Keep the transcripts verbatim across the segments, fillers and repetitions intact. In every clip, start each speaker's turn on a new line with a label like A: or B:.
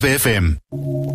A: F M.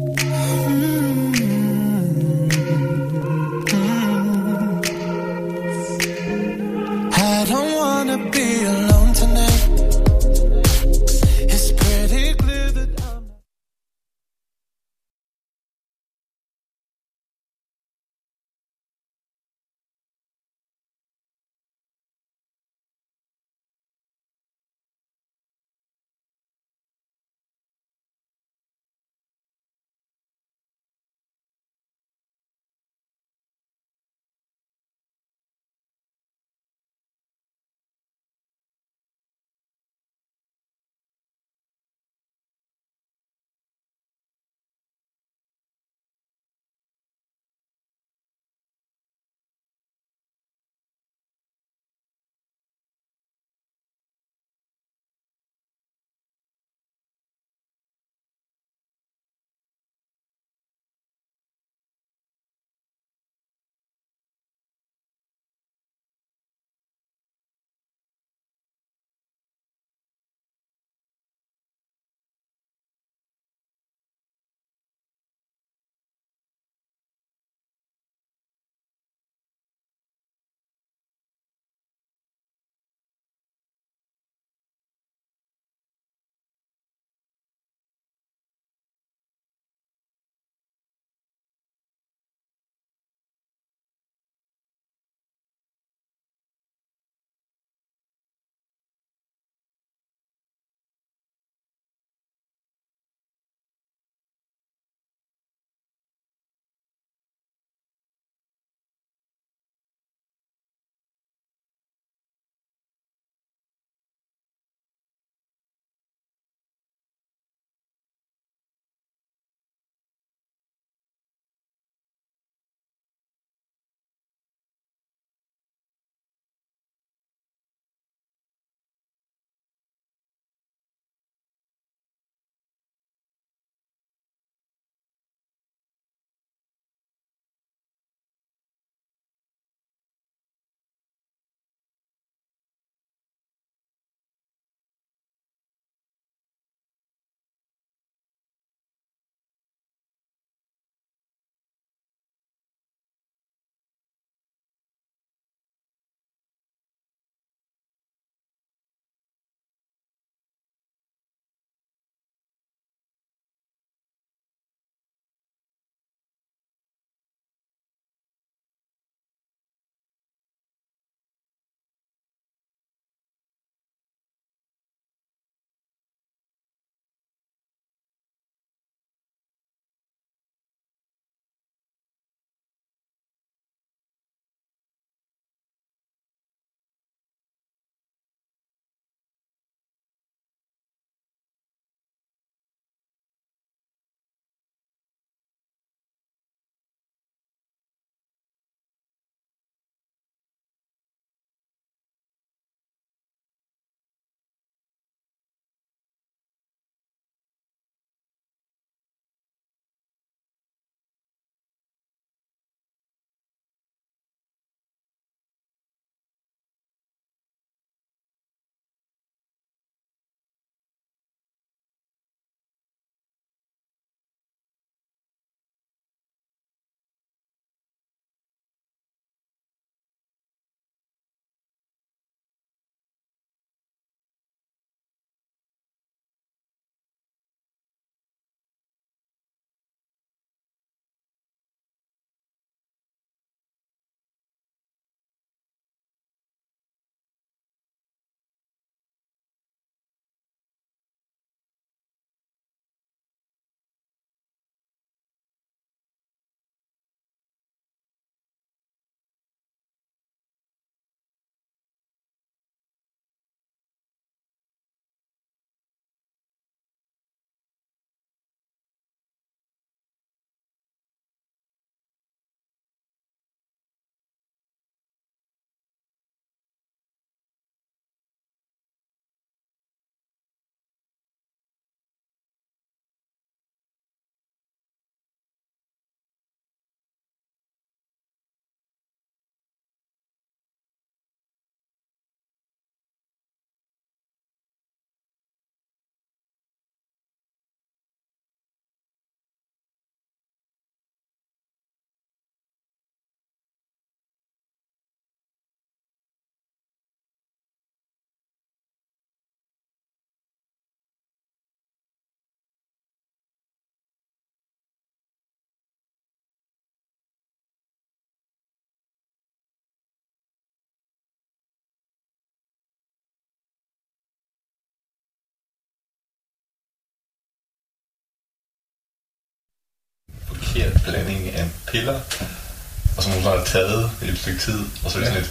A: forkert blanding af piller, og som hun så har taget et stykke tid, og så er det sådan lidt...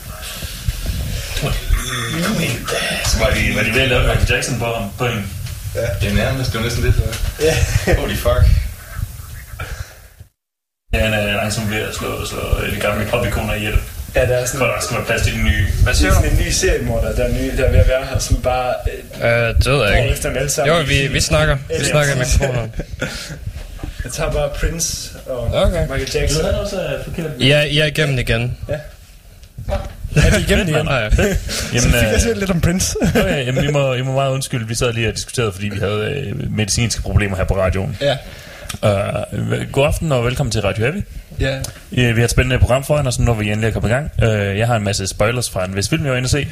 A: Kom ind.
B: Så var de, var de ved at lave Michael Jackson på ham på en...
A: Ja, det er nærmest, det var næsten lidt...
C: Ja.
A: Holy fuck.
B: Ja, han er langsomt ved at slå, slå de gamle popikoner ihjel.
C: Ja, der er sådan...
B: For der skal være plads til den nye.
C: Hvad siger du? Det er sådan en ny seriemorder, der er, ny, der er ved at være her, som bare...
D: Øh, det ved jeg ikke.
C: Efter dem alle sammen.
D: Jo, vi, vi snakker. Vi snakker med mikrofonen.
C: Jeg tager bare Prince og
D: okay.
C: Michael Jackson.
B: Du havde også forkert.
D: Ja, I er igennem igen.
C: Ja. Er vi igennem igen?
D: Nej, ja.
C: Jamen, så fik jeg set lidt om Prince.
B: Okay, jamen, I må, I må meget undskylde. Vi sad lige og diskuterede, fordi vi havde øh, medicinske problemer her på radioen.
C: Ja.
B: Uh, god aften og velkommen til Radio Heavy.
C: Ja.
B: uh, Vi har et spændende program foran os, når vi endelig er kommet i gang. uh, Jeg har en masse spoilers fra en vis film, jeg var inde at se.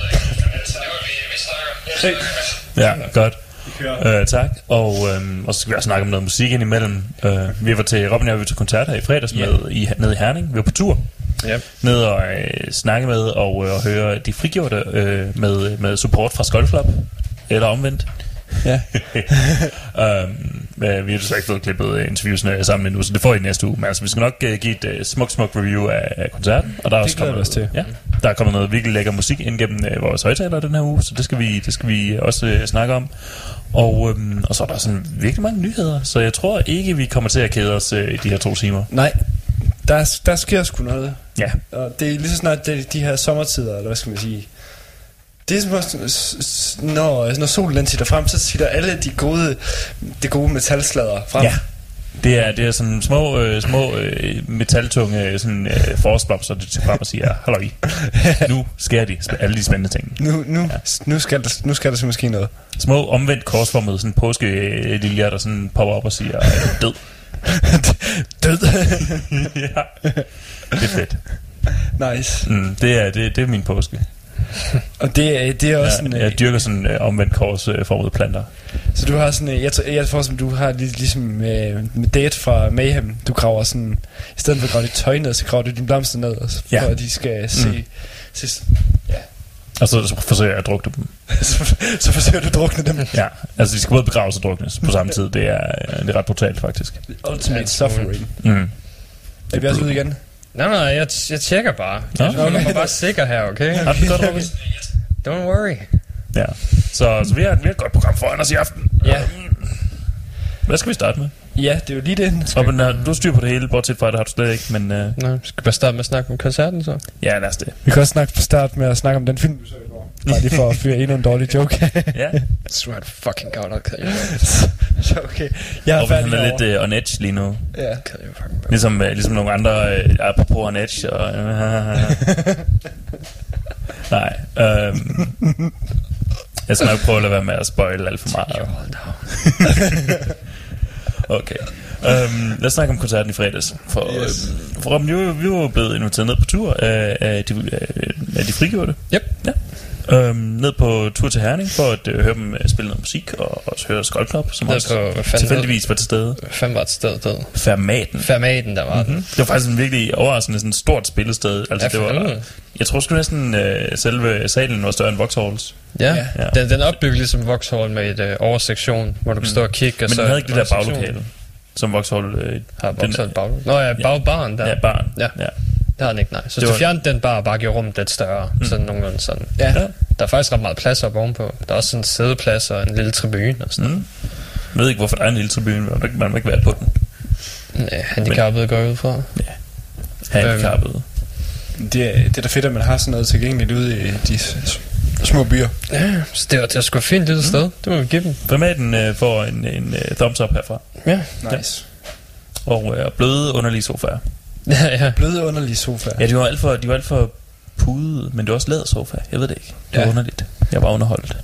C: Se.
B: Ja, godt. uh, Tak. Og, um, og så skal vi også snakke om noget musik indimellem. uh, Vi var til Robin og vi var til koncert her i fredags med, i, nede i Herning. Vi var på tur.
D: Yep.
B: Ned og øh, snakke med og, øh, og høre de frigjorte øh, med, med support fra Skullclub. Eller omvendt.
C: Ja.
B: um, øh, vi har så ikke fået klippet interviewsene sammen endnu, så det får I næste uge. Men altså, vi skal nok øh, give et øh, smukt, smukt review af, af koncerten. Og der er
C: det
B: også kommet
C: os til.
B: Ja, der er kommet noget virkelig lækker musik ind gennem øh, vores højtalere den her uge, så det skal vi, det skal vi også øh, snakke om. Og, øhm, og så er der sådan virkelig mange nyheder, så jeg tror ikke, vi kommer til at kede os øh, i de her to timer.
C: Nej, der, der sker sgu noget.
B: Ja.
C: Og det er lige så snart det, de her sommertider, eller hvad skal man sige. Det er som også, når, når solen den titter frem, så titter alle de gode, de gode metalslader frem.
B: Ja. Det er, det er sådan små, øh, små øh, metaltunge sådan, øh, forspopser, der til frem og siger, halløj, nu sker de alle de spændende ting.
C: Nu, nu, ja. nu, skal, der, nu skal der så måske noget.
B: Små omvendt korsformede sådan påskeliljer, der sådan popper op og siger, død.
C: Død.
B: Ja, det er fedt.
C: Nice.
B: Mm, det, er, det, det er min påske.
C: Og det er, det er også
B: ja,
C: sådan...
B: Jeg dyrker sådan uh, omvendt korsformede uh, planter.
C: Så du har sådan... Jeg, jeg tror som du har lig, ligesom med, med Date fra Mayhem. Du graver sådan... I stedet for at grave dit tøj ned, så graver du dine blomster ned, og så, for ja. at de skal se... Mm. se ja.
B: Og så, så forsøger jeg at drukne dem.
C: så, så forsøger du at drukne dem?
B: Ja, altså de skal både begraves og druknes på samme tid. Det er, det er ret brutalt faktisk.
C: Ultimate suffering.
B: Mm.
C: Er vi også ude igen?
D: Nej, nej, jeg, jeg tjekker bare. Jeg
B: okay.
D: okay. er bare sikker her, okay?
B: Har du godt, Robin?
D: Don't worry.
B: Ja, så, så vi, har, vi har et godt program foran os i aften.
C: Ja.
B: Hvad skal vi starte med?
C: Ja, det er jo lige det.
B: Robin, du har styr på det hele, bortset fra det har du slet ikke, men... Uh...
D: Nå, skal vi bare starte med at snakke om koncerten så?
B: Ja, lad os det.
C: Vi kan også snakke, starte med at snakke om den film, du så i går. Bare lige for at fyre endnu en dårlig joke.
B: Ja.
D: Swear to fucking god, I'll kill you.
C: Så okay. Jeg er
B: Robin, han er lidt uh, on edge lige nu.
C: Ja.
B: Ligesom, uh, ligesom nogle andre, uh, apropos on edge. Og, uh, nej. Um, jeg skal nok prøve at lade være med at spoil alt for meget. Okay. Um, lad os snakke om koncerten i fredags. For, yes. uh, for Robin, vi, vi var blevet inviteret ned på tur af, af, de, af de frigjorte.
D: Yep.
B: Ja. Um, ned på tur til Herning for at uh, høre dem uh, spille noget musik og også høre Skullclub, som ned også på, tilfældigvis var til stede.
D: Hvad fanden var til sted? Der?
B: Fermaten.
D: Fermaten, der var mm-hmm. den.
B: Det var faktisk en virkelig overraskende sådan stort spillested. Altså, ja, det var, jeg tror sgu næsten uh, selve salen var større end Vauxhalls.
D: Ja, ja. Den, den opbyggede ligesom Vauxhall med et uh, oversektion, hvor du kan stå og kigge.
B: Men
D: og så
B: den havde ikke det der baglokale, som Vauxhall uh,
D: har. Vauxhall baglokale. Nå ja, bagbaren der.
B: Ja, baren. Ja. Ja.
D: Det har den ikke, nej. Så hvis du fjernede den bar og bare gjorde rummet lidt større, mm. sådan nogenlunde sådan. Ja. Ja. Der er faktisk ret meget plads op ovenpå. Der er også sådan en sædeplads og en lille tribune og sådan mm.
B: Jeg ved ikke, hvorfor der er en lille tribune, men man må ikke være på den.
D: Nej, handicappede går ud fra.
B: Ja, handicappede.
C: Øhm, det, er, det er da fedt, at man har sådan noget tilgængeligt ude i de små byer.
D: Ja, så det var, det var sgu fint lille sted. Mm. Det må vi give dem.
B: Fermaten øh, får en, en uh, thumbs up herfra.
D: Ja,
C: nice.
B: Ja. Og øh, bløde, underlige sofaer.
D: Ja, ja.
C: Bløde, underlige sofaer.
B: Ja, de var alt for, de var alt for pude, men det var også lædersofa. Jeg ved det ikke. Det var ja. underligt. Jeg var underholdt.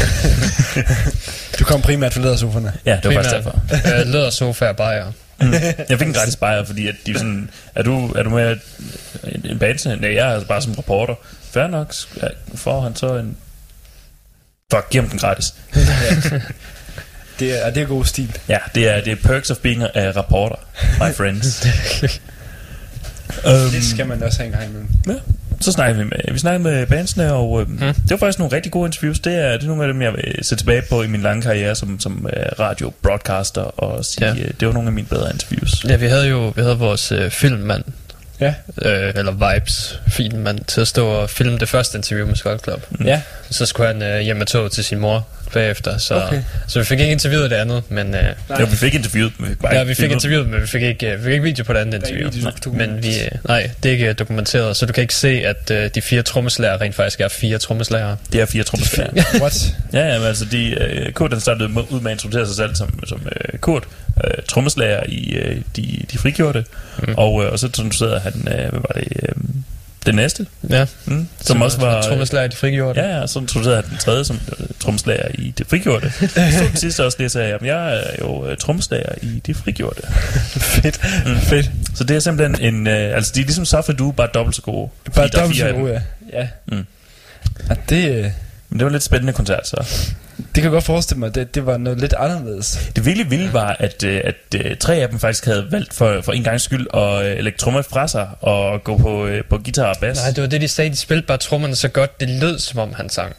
C: Du kom primært for lædersoferne.
B: Ja, det var
D: primært,
B: faktisk derfor.
D: øh, lædersofa og bajer.
B: Mm. Jeg fik en gratis bajer, fordi at de sådan, er du, er du med en, en band? Nej, jeg er altså bare som reporter. Fair nok, får han så en... Fuck, giv ham den gratis.
C: Det er, det er god stil.
B: Ja, det er, det er perks of being a reporter, my friends.
C: um, det skal man også have en gang imellem.
B: Ja, så snakkede vi med, vi snakkede med bandsene, og øh, mm. det var faktisk nogle rigtig gode interviews. Det er, det er nogle af dem, jeg vil se tilbage på i min lange karriere som, som uh, radio-broadcaster, og sige, ja. uh, det var nogle af mine bedre interviews.
D: Ja, vi havde jo vi havde vores uh, filmmand,
C: ja.
D: øh, eller Vibes filmmand, til at stå og filme det første interview med Skull Club.
C: Mm. Ja.
D: Så skulle han uh, hjem med tog til sin mor bagefter, så, okay. så vi fik ikke interviewet det andet, men... Uh,
B: ja, vi fik interviewet, men vi fik bare
D: ja, vi fik interviewet, men vi fik ikke, uh, vi fik ikke video på det andet interview. Nej, men vi, uh, nej, det er ikke dokumenteret, så du kan ikke se, at uh, de fire trommeslager rent faktisk er fire trommeslager.
B: Det er fire trommeslager.
C: What?
B: Ja, ja, men altså, de, uh, Kurt, han startede ud med at introducere sig selv som, som uh, Kurt, uh, trommeslager i uh, de, de frigjorte, mm. og, uh, og så introducerede han, uh, hvad var det... Uh, det næste,
D: ja.
B: mm, som, som også var
D: trommeslager i det frigjorte.
B: Ja, ja, så introducerede jeg den tredje som uh, trommeslager i det frigjorte. Så den sidste også det, sagde jeg, jeg er jo uh, trommeslager i det frigjorte.
C: Fedt,
B: mm. fedt. Så det er simpelthen en, uh, altså de er ligesom Safri Duo, bare dobbelt så gode.
C: Bare dobbelt så gode, ja. Ja. Mm. Ja, det...
B: Men det var en lidt spændende koncert, så.
C: Det kan jeg godt forestille mig, det, det var noget lidt anderledes.
B: Det virkelig vilde var, at, at, at tre af dem faktisk havde valgt for, for en gangs skyld at lægge trommer fra sig og gå på, på guitar og bass.
D: Nej, det var det, de sagde. De spillede bare trommerne så godt, det lød som om han sang.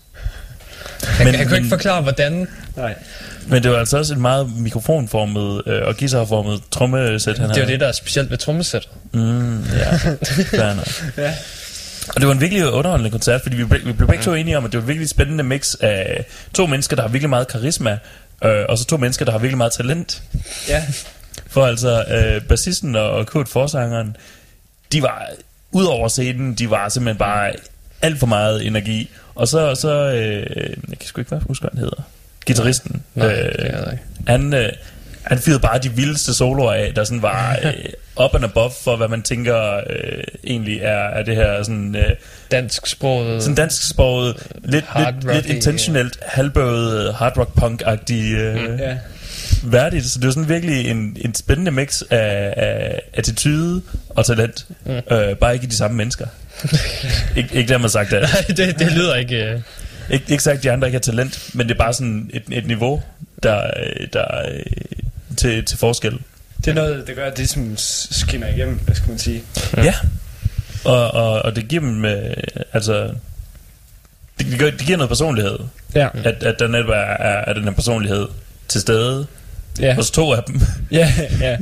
D: Han, men, han kunne ikke forklare, hvordan.
C: Nej.
B: Men det var altså også et meget mikrofonformet øh, og guitarformet trommesæt, han
D: havde. Det var det, der er specielt ved trommesæt.
B: Mm, ja, fair nok. Ja. Og det var en virkelig underholdende koncert, fordi vi, vi blev begge to enige om, at det var et virkelig spændende mix af to mennesker, der har virkelig meget karisma, øh, og så to mennesker, der har virkelig meget talent.
C: Ja.
B: For altså, øh, bassisten og Kurt forsangeren, de var, ud over scenen, de var simpelthen bare alt for meget energi. Og så, så øh, jeg kan sgu ikke huske, hvad han hedder. Guitaristen.
D: Nej, øh, det er det
B: han... Øh, Han fyrede bare de vildeste soloer af, der sådan var øh, up and above for, hvad man tænker øh, egentlig er, er det her sådan... Øh,
D: dansksproget...
B: Sådan dansksproget, lidt, lidt, lidt intentionelt, halvbøvet, hard rock punk-agtig øh, mm. yeah. værdigt. Så det var sådan virkelig en, en spændende mix af, af attitude og talent. Mm. Øh, bare ikke de samme mennesker. Ik- ikke dermed sagt det.
D: Nej, det, det lyder ikke... Uh...
B: Ik- ikke sagt, at de andre ikke har talent, men det er bare sådan et, et niveau, der... der Til, til forskel.
C: Det er noget, der gør, at det som skinner igennem, hvad skal man sige.
B: Ja, ja. Og, og, og det giver dem øh, altså det, det, gør, det giver noget personlighed.
C: Ja.
B: At, at der netop er, er, er den her personlighed til stede.
C: Ja.
B: Hos to af dem.
C: Ja, ja.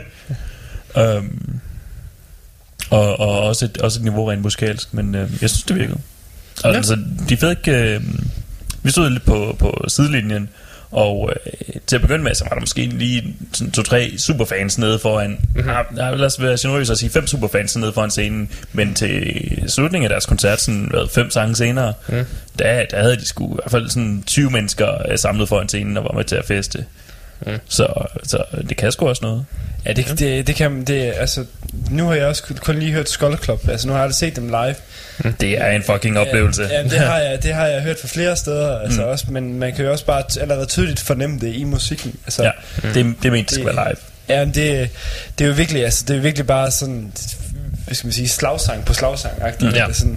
B: um, og, og også et, også et niveau rent musikalsk. Men øh, jeg synes det virkede. Ja. Altså de fik ikke øh, vi stod lidt på, på sidelinjen. Og øh, til at begynde med, så var der måske lige sådan to-tre superfans nede foran. Mm-hmm. Ja, lad os være generøse og sige fem superfans nede foran scenen. Men til slutningen af deres koncert, sådan hvad, fem sange senere, mm. der, der havde de sgu i hvert fald sådan tyve mennesker samlet foran scenen og var med til at feste. Mm. Så, så det kan sgu også noget.
C: Ja, det, det, det kan det, altså, nu har jeg også kun lige hørt Skull Club. Altså nu har jeg set dem live.
B: Mm. Det er en fucking oplevelse.
C: Ja, ja, det har jeg, det har jeg hørt fra flere steder, altså mm. også, men man kan jo også bare allerede tydeligt fornemme det i musikken. Altså,
B: ja, mm. det, det mente det skal være live.
C: Ja, men det, det er jo virkelig, altså det er virkelig bare sådan, hvad skal man sige, slagsang på slagsang-agtigt. Mm. Ja. Sådan,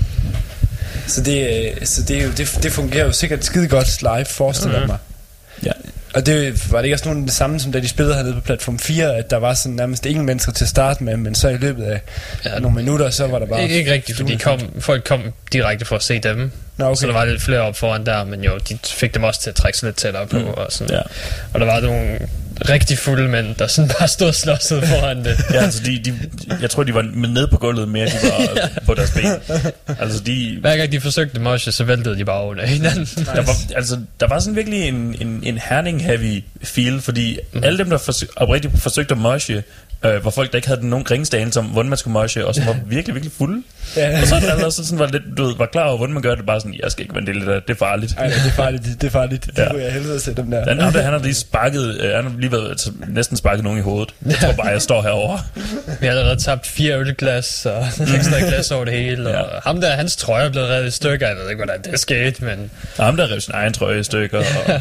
C: så det, så det, er jo, det, det fungerer jo sikkert skide godt live, forestiller mm. mig.
B: Ja.
C: Og det var det ikke også nogen af det samme, som da de spillede hernede på platform fire, at der var sådan nærmest ingen mennesker til at starte med, men så i løbet af ja, nogle minutter, så var der bare...
D: Ikke, ikke rigtigt, fordi kom, folk kom direkte for at se dem. Nå, okay. Så der var lidt flere op foran der, men jo, de fik dem også til at trække sig lidt tættere på. Mm. Og, sådan. Ja. Og der var nogle rigtig fulde mænd, der sådan bare stod og slåsede foran det.
B: Ja, altså de, de, jeg tror, de var nede på gulvet mere, de var ja. på deres ben. Altså de...
D: Hver gang de forsøgte moshe, så væltede de bare under hinanden. Nice.
B: Der var, altså, der var sådan virkelig en, en, en Herning-heavy feel, fordi mm. alle dem, der forsøg, oprigtigt forsøgte at moshe, øh, var folk, der ikke havde nogen ringstane, om hvordan man skulle moshe, og som var virkelig, virkelig fulde. Ja. Og så alle så sådan var lidt, du ved, var klar over, hvordan man gør det, bare sådan, jeg skal ikke være en del af det, det er farligt.
C: Ej, det er farligt, det er farligt. Det ja. kunne jeg helvede se dem der.
B: Den andre, han har lige sparket, øh, han har lige været, altså, næsten sparket nogen i hovedet. Jeg tror bare, jeg står herovre.
D: Vi har allerede tabt fire ølglas, og ekstra glas over det hele, ja. Og ham der, hans trøje er blevet revet i stykker, jeg ved ikke, hvordan det skete, men...
B: Og ham der rev sin egen trøje i stykker, og...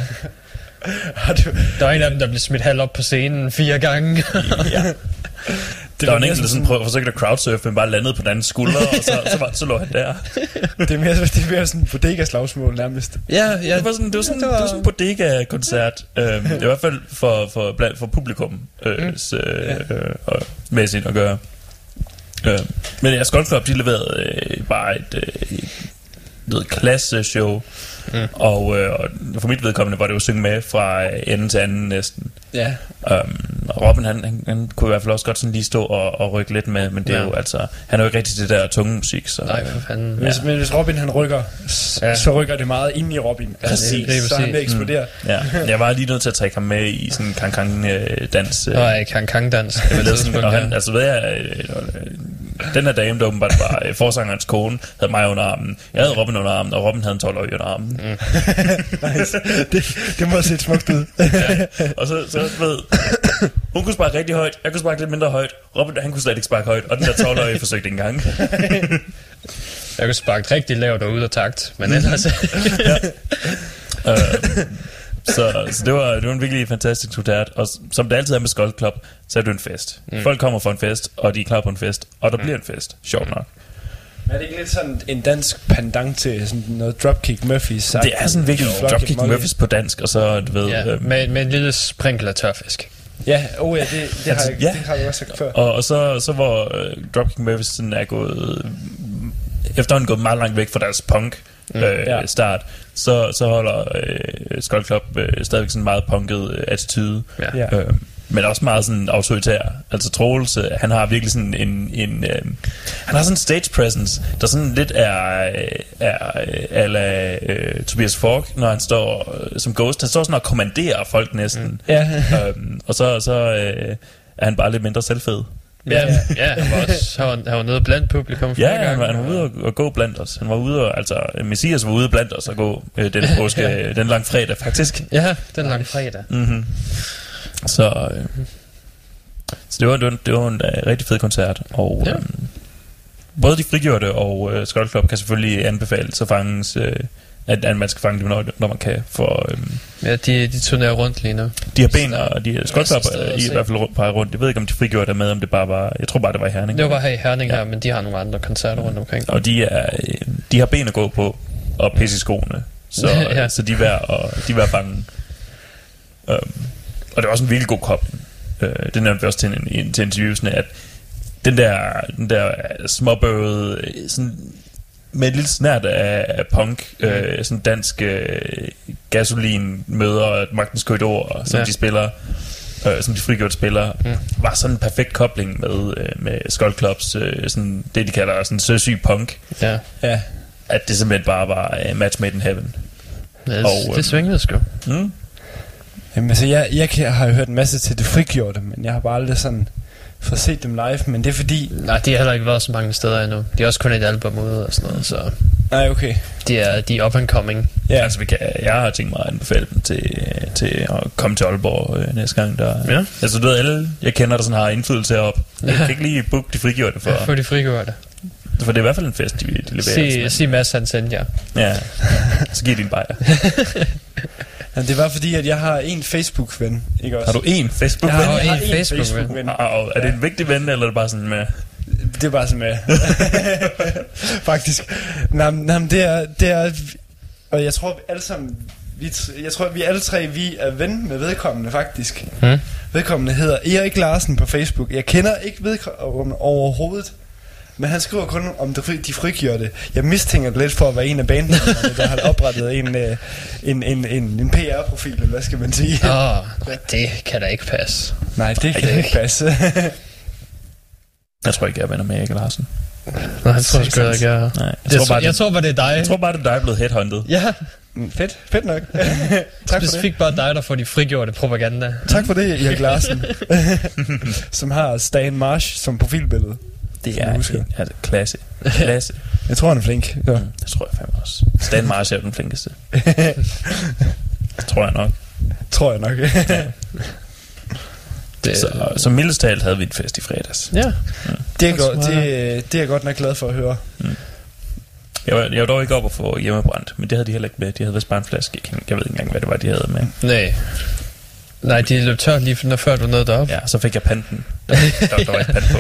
D: Der var en af dem, der blev smidt halv op på scenen fire gange.
B: Ja. Det der var en enkelt, der sådan prøvede, forsøgte at crowdsurfe, men bare landede på den anden skulder, og så, så, var, så lå han der.
C: Det er mere, det er mere sådan en bodega-slagsmål nærmest.
B: Ja, ja, det var sådan, det var sådan, ja, det var... Det var sådan en bodega-koncert. øhm, det var i hvert fald for, for, for publikum øh, mm. øh, ja. øh, mæssigt at gøre. Øh, men ja, Skull Club, de leverede øh, bare et, øh, et klasse-show. Mm. Og, øh, og for mit vedkommende var det jo synge med fra ende til anden næsten.
C: Ja.
B: Um, og Robin han, han, han kunne i hvert fald også godt sådan lige stå og, og rykke lidt med, men det er ja. jo altså, han er jo ikke rigtig det der tunge musik. Så,
D: nej, for fanden.
C: Ja. Hvis, men hvis Robin han rykker, ja. så rykker det meget ind i Robin.
B: Præcis.
C: Altså, så han vil eksplodere.
B: Mm. Ja. Jeg var lige nødt til at trække ham med i sådan en kang-kang-dans.
D: Nej, kang-kang-dans.
B: Og han, altså ved jeg, den her dame, der åbenbart var forsangerens kone, havde mig under armen. Jeg havde Robin under armen, og Robin havde en tolv-årig under armen. Mm.
C: Nice. det, det må se smukt ud.
B: Ja. Og så, så ved hun kunne sparke rigtig højt, jeg kunne sparke lidt mindre højt. Robin, han kunne slet ikke sparke højt, og den der tolv-årige forsøgte ikke engang.
D: Jeg kunne sparke rigtig lavt og ud af takt, men ellers...
B: ja. uh, så, så det var, det var en virkelig fantastisk koncert. Og som det altid er med Skull Club, så er det en fest. Mm. Folk kommer for en fest, og de er klar på en fest, og der mm. bliver en fest. Sjovt nok.
C: Men er det ikke lidt sådan en dansk pendant til sådan noget Dropkick Murphys?
B: Det er sådan virkelig Dropkick Murphys på dansk, og så du ved...
D: Ja,
B: øh,
D: med, med en lille sprinkler tørfisk.
C: Ja, oh ja, det, det, altså, har, jeg, ja. det har jeg også sagt før.
B: Og, og så, så hvor uh, Dropkick Murphys sådan er gået... Efterhånden gået meget langt væk fra deres punk mm, øh, ja. start, så, så holder øh, Skull Club øh, stadigvæk sådan meget punket øh, attitude. Ja. Øh, men også meget sådan autoritær. Altså Troels, øh, han har virkelig sådan en, en øh, han har sådan en stage presence, der sådan lidt er er a la øh, Tobias Forge, når han står øh, som Ghost. Han står sådan og kommanderer folk næsten. Mm.
C: Ja.
B: øhm, og så, så øh, er han bare lidt mindre selvfed.
D: Ja, ja, han var også han var, han var nede blandt publikum flere
B: ja,
D: gange.
B: Han var, han var ude og, og gå blandt os. Han var ude og, altså Messias var ude blandt os og gå øh, den påske, ja. den lang fredag faktisk.
D: Ja, den lang fredag.
B: Mm-hmm. Så, øh, så det var, det var, det var en uh, rigtig fed koncert. Og ja. øh, både de frigjorte og øh, Skull Club kan selvfølgelig anbefale så fanges... Øh, At, at man skal fange dem, når, når man kan. For, øhm,
D: ja, de, de turnerer rundt lige nu.
B: De har ben, og de har skoldklapper i hvert fald peger rundt. Jeg ved ikke, om de frigjorde det med, om det bare var... Jeg tror bare, det var i Herning.
D: Det var bare her i Herning ja. her, men de har nogle andre koncerter rundt omkring.
B: Og de, er, de har ben at gå på, og pisse i skoene. Så, ja. så de er værd at, de er værd at fange. Um, og det er også en virkelig god kobling. Uh, det nævnte vi også til, en, en, til interviewsene, at den der, den der småbøvede... Sådan, med et lille snært af, af punk, mm. øh, sådan dansk øh, gasolin møder Magtens Korridor, som ja. de spiller, øh, som de frigjort spiller, mm. var sådan en perfekt kobling med øh, med Skull Clubs, øh, sådan det de kalder sådan søsyg punk.
D: Ja.
C: Ja.
B: At det simpelthen bare var uh, match made in heaven.
D: Ja, og, det, det svingede sgu.
C: Mm. Jamen altså, jeg, jeg har jo hørt en masse til det frigjorte, men jeg har bare aldrig sådan for set dem live, men det er fordi...
D: Nej, de har heller ikke været så mange steder endnu. De har også kun et album ude og sådan noget, så...
C: Nej, okay.
D: De er, de er up and coming.
B: Ja, altså vi kan, jeg har tænkt mig at anbefale dem til, til at komme til Aalborg øh, næste gang. Der,
D: ja.
B: Altså du ved, alle jeg kender, der sådan har indflydelse heroppe. Jeg kan ikke lige booke de frigjorte for...
D: Ja, for de frigjorte.
B: For det er i hvert fald en fest, de, de leverer.
D: Sig, sig Mads, han sendte jer.
B: Ja, så giver din bajer.
C: Ja, det var fordi, at jeg har en Facebook-ven, ikke også?
B: Har du en Facebook-ven?
D: Jeg har,
B: jeg
D: har en Facebook-ven.
B: Facebook-ven. Og er det en vigtig ven, eller er det bare sådan med...
C: Det er bare sådan med... Faktisk. Nå, nå, det er... Det er og jeg tror, vi alle sammen... Vi, jeg tror, vi alle tre, vi er ven med vedkommende, faktisk. Hmm. Vedkommende hedder Erik Larsen på Facebook. Jeg kender ikke vedkommende overhovedet. Men han skriver kun om de frigjorte. Jeg mistænker det lidt for at være en af bandmedlemmerne, der har oprettet en, en, en, en, en, en P R-profil, eller hvad skal man sige?
D: Åh, oh, det kan da ikke passe.
C: Nej, det kan ikke passe.
B: Jeg tror ikke, jeg er venner med Erik Larsen.
D: Nej, jeg tror sgu ikke, jeg er.
B: Nej, jeg,
D: jeg,
B: tror bare,
D: jeg tror bare, det er dig.
B: Jeg tror bare, det er dig blevet headhunted.
D: Ja.
C: Fedt, fedt nok. Tak
D: specifikt bare dig, der får de frigjorte propaganda.
C: Tak for det, Erik Larsen. Som har Stan Marsh som profilbillede.
B: Det er en ja, klasse. klasse.
C: Jeg tror, han er flink. Ja.
B: Mm, det tror jeg fandme også. Stan Marsh er den flinkeste. Det tror jeg nok.
C: Tror jeg nok.
B: Ja. Det, så, så mildest talt havde vi en fest i fredags.
D: Ja.
C: Mm. Det, er godt, det, det er jeg godt nok glad for at høre. Mm.
B: Jeg var, jeg var dog ikke op at få hjemmebrændt, men det havde de heller ikke med. De havde vist bare en flaske. Jeg ved ikke engang, hvad det var, de havde med.
D: Nej. Nej, de løb tørt lige når før du nåede derop.
B: Ja, så fik jeg panten. Der, der, der var ikke pant på.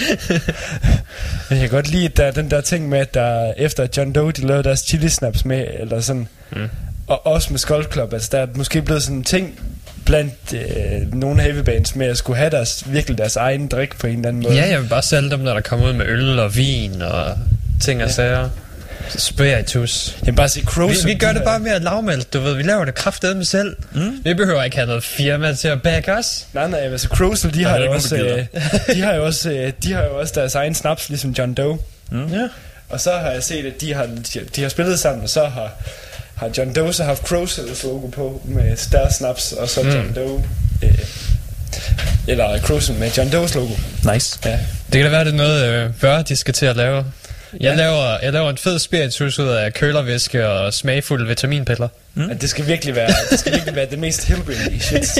C: Jeg kan godt lide, at der er den der ting med, at der efter John Doe, de lavede deres chili snaps med, eller sådan. Mm. Og også med Skull Club, altså der er måske blevet sådan en ting, blandt øh, nogle heavy bands med at skulle have deres, virkelig deres egen drik på en eller anden måde.
D: Ja, jeg vil bare sælge dem, når der kommer ud med øl og vin og ting og ja. sager. Spiritus.
C: Jeg bare sige
D: vi, vi gør det bare mere lavmældt, du ved. Vi laver det kraftedeme selv. Mm. Vi behøver ikke have noget firma til at back os.
C: Nej, nej, altså Crozal, de har jo også, øh, de har jo også, øh, de har jo også deres egen snaps, ligesom John Doe. Mm. Ja. Og så har jeg set, at de har, de, de har spillet sammen, og så har, har John Doe så haft Crozals logo på med deres snaps, og så mm. John Doe... Øh, eller Crozal med John Does logo.
B: Nice.
D: Ja. Det kan da være, det er noget, øh, bør de skal til at lave. Jeg, ja. laver, jeg laver en fed spiritus ud af kølervæske og smagfulde vitaminpiller.
C: Mm. Ja, det skal virkelig være det skal virkelig være det mest hillbilly shit.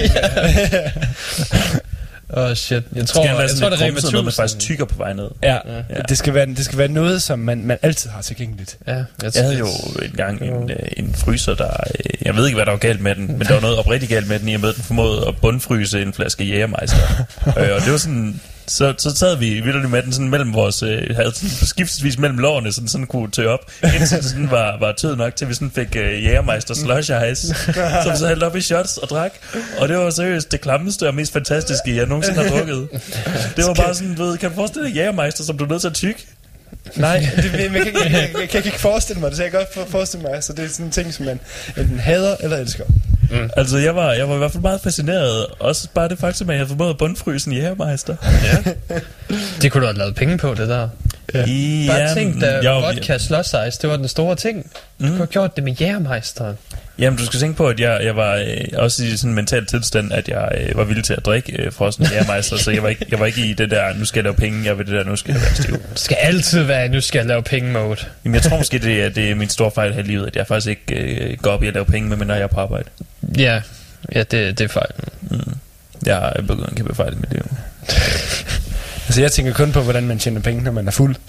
D: Åh oh shit. Jeg tror,
B: det
D: jeg, jeg tror det er
B: Rema tusind, man faktisk tykker på vej ned.
C: Ja, ja. Det skal være det skal være noget, som man, man altid har tilgængeligt.
B: Ja, jeg, jeg havde jo engang en, en fryser, der jeg ved ikke hvad der var galt med den, men der var noget oprigtigt galt med den i og med den formåede at bundfryse en flaske Jægermeister. øh, og det var sådan så så sad vi vildt med den sådan mellem vores øh, havde sådan skiftesvis mellem lårene, sådan sådan kunne tø op, indtil sådan var var tød nok til vi sådan fik øh, Jægermeister slush ice, som så hældte op i shots og drak, og det var seriøst det klammeste og mest fantastiske jeg nogensinde har drukket. Det var bare sådan, du ved, kan du forestille dig Jægermeister, som du er nødt til at tykke?
C: Nej, det, jeg, jeg, kan, jeg, jeg, jeg kan ikke forestille mig det, så jeg kan godt forestille mig, så det er sådan en ting, som man enten hader eller elsker.
B: Mm. Altså, jeg var, jeg var i hvert fald meget fascineret, også bare det faktum, at jeg havde formået at bundfryse en Jægermeister. Ja.
D: Det kunne du have lavet penge på, det der. Ja. I, bare ja, tænk, da jo, vodka slush ice, det var den store ting. Du mm. kunne have gjort det med Jægermeisteren.
B: Jamen, du skal tænke på, at jeg, jeg var øh, også i sådan en mental tilstand, at jeg øh, var villig til at drikke øh, frossen Jægermeister, så jeg var, ikke, jeg var ikke i det der, nu skal jeg lave penge, jeg ved det der, nu skal jeg være stiv.
D: Det skal altid være, nu skal jeg lave penge mode.
B: Jamen, jeg tror måske, det er, det er min store fejl her i livet, at jeg faktisk ikke øh, går op i at lave penge, medmindre jeg er på arbejde.
D: Ja, ja det, det er fejl. Mm.
B: Jeg har begået en kæmpe fejl i mit liv.
C: Altså, jeg tænker kun på, hvordan man tjener penge, når man er fuld.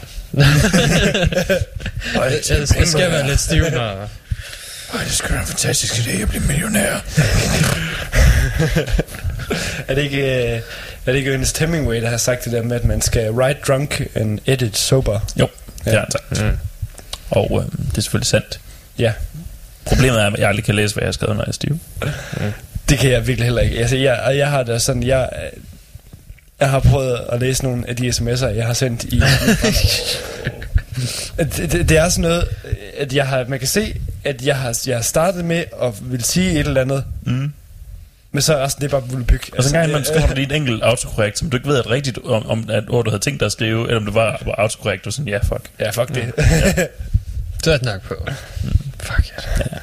D: Og jeg, jeg, jeg skal være lidt stiv, når...
B: Ej, det skal være en fantastisk idé at blive millionær.
C: er det ikke er det ikke Ernest Hemingway, der har sagt det der med, at man skal write drunk and edit sober?
B: Jo, ja. Det har han sagt. Mm. Og øh, det er selvfølgelig sandt.
C: Ja.
B: Problemet er, at jeg aldrig kan læse, hvad jeg har skrevet, når jeg er stiv. Mm.
C: Det kan jeg virkelig heller ikke. Altså, jeg, jeg har det sådan, jeg... Jeg har prøvet at læse nogle af de sms'er, jeg har sendt i... det, det, det er sådan noget, at jeg har, man kan se, at jeg har, jeg har startet med at vil sige et eller andet, mm. men så er det bare vulpyg.
B: Og så en gang man skriver du lige et enkelt autokorrekt, som du ikke ved at rigtigt, om, om at ord du havde tænkt dig at skrive, eller om det var, var autokorrekt, og sådan, ja, fuck.
C: Ja, fuck det.
B: Ja.
D: Så er det nok på. Mm. Fuck it. Ja.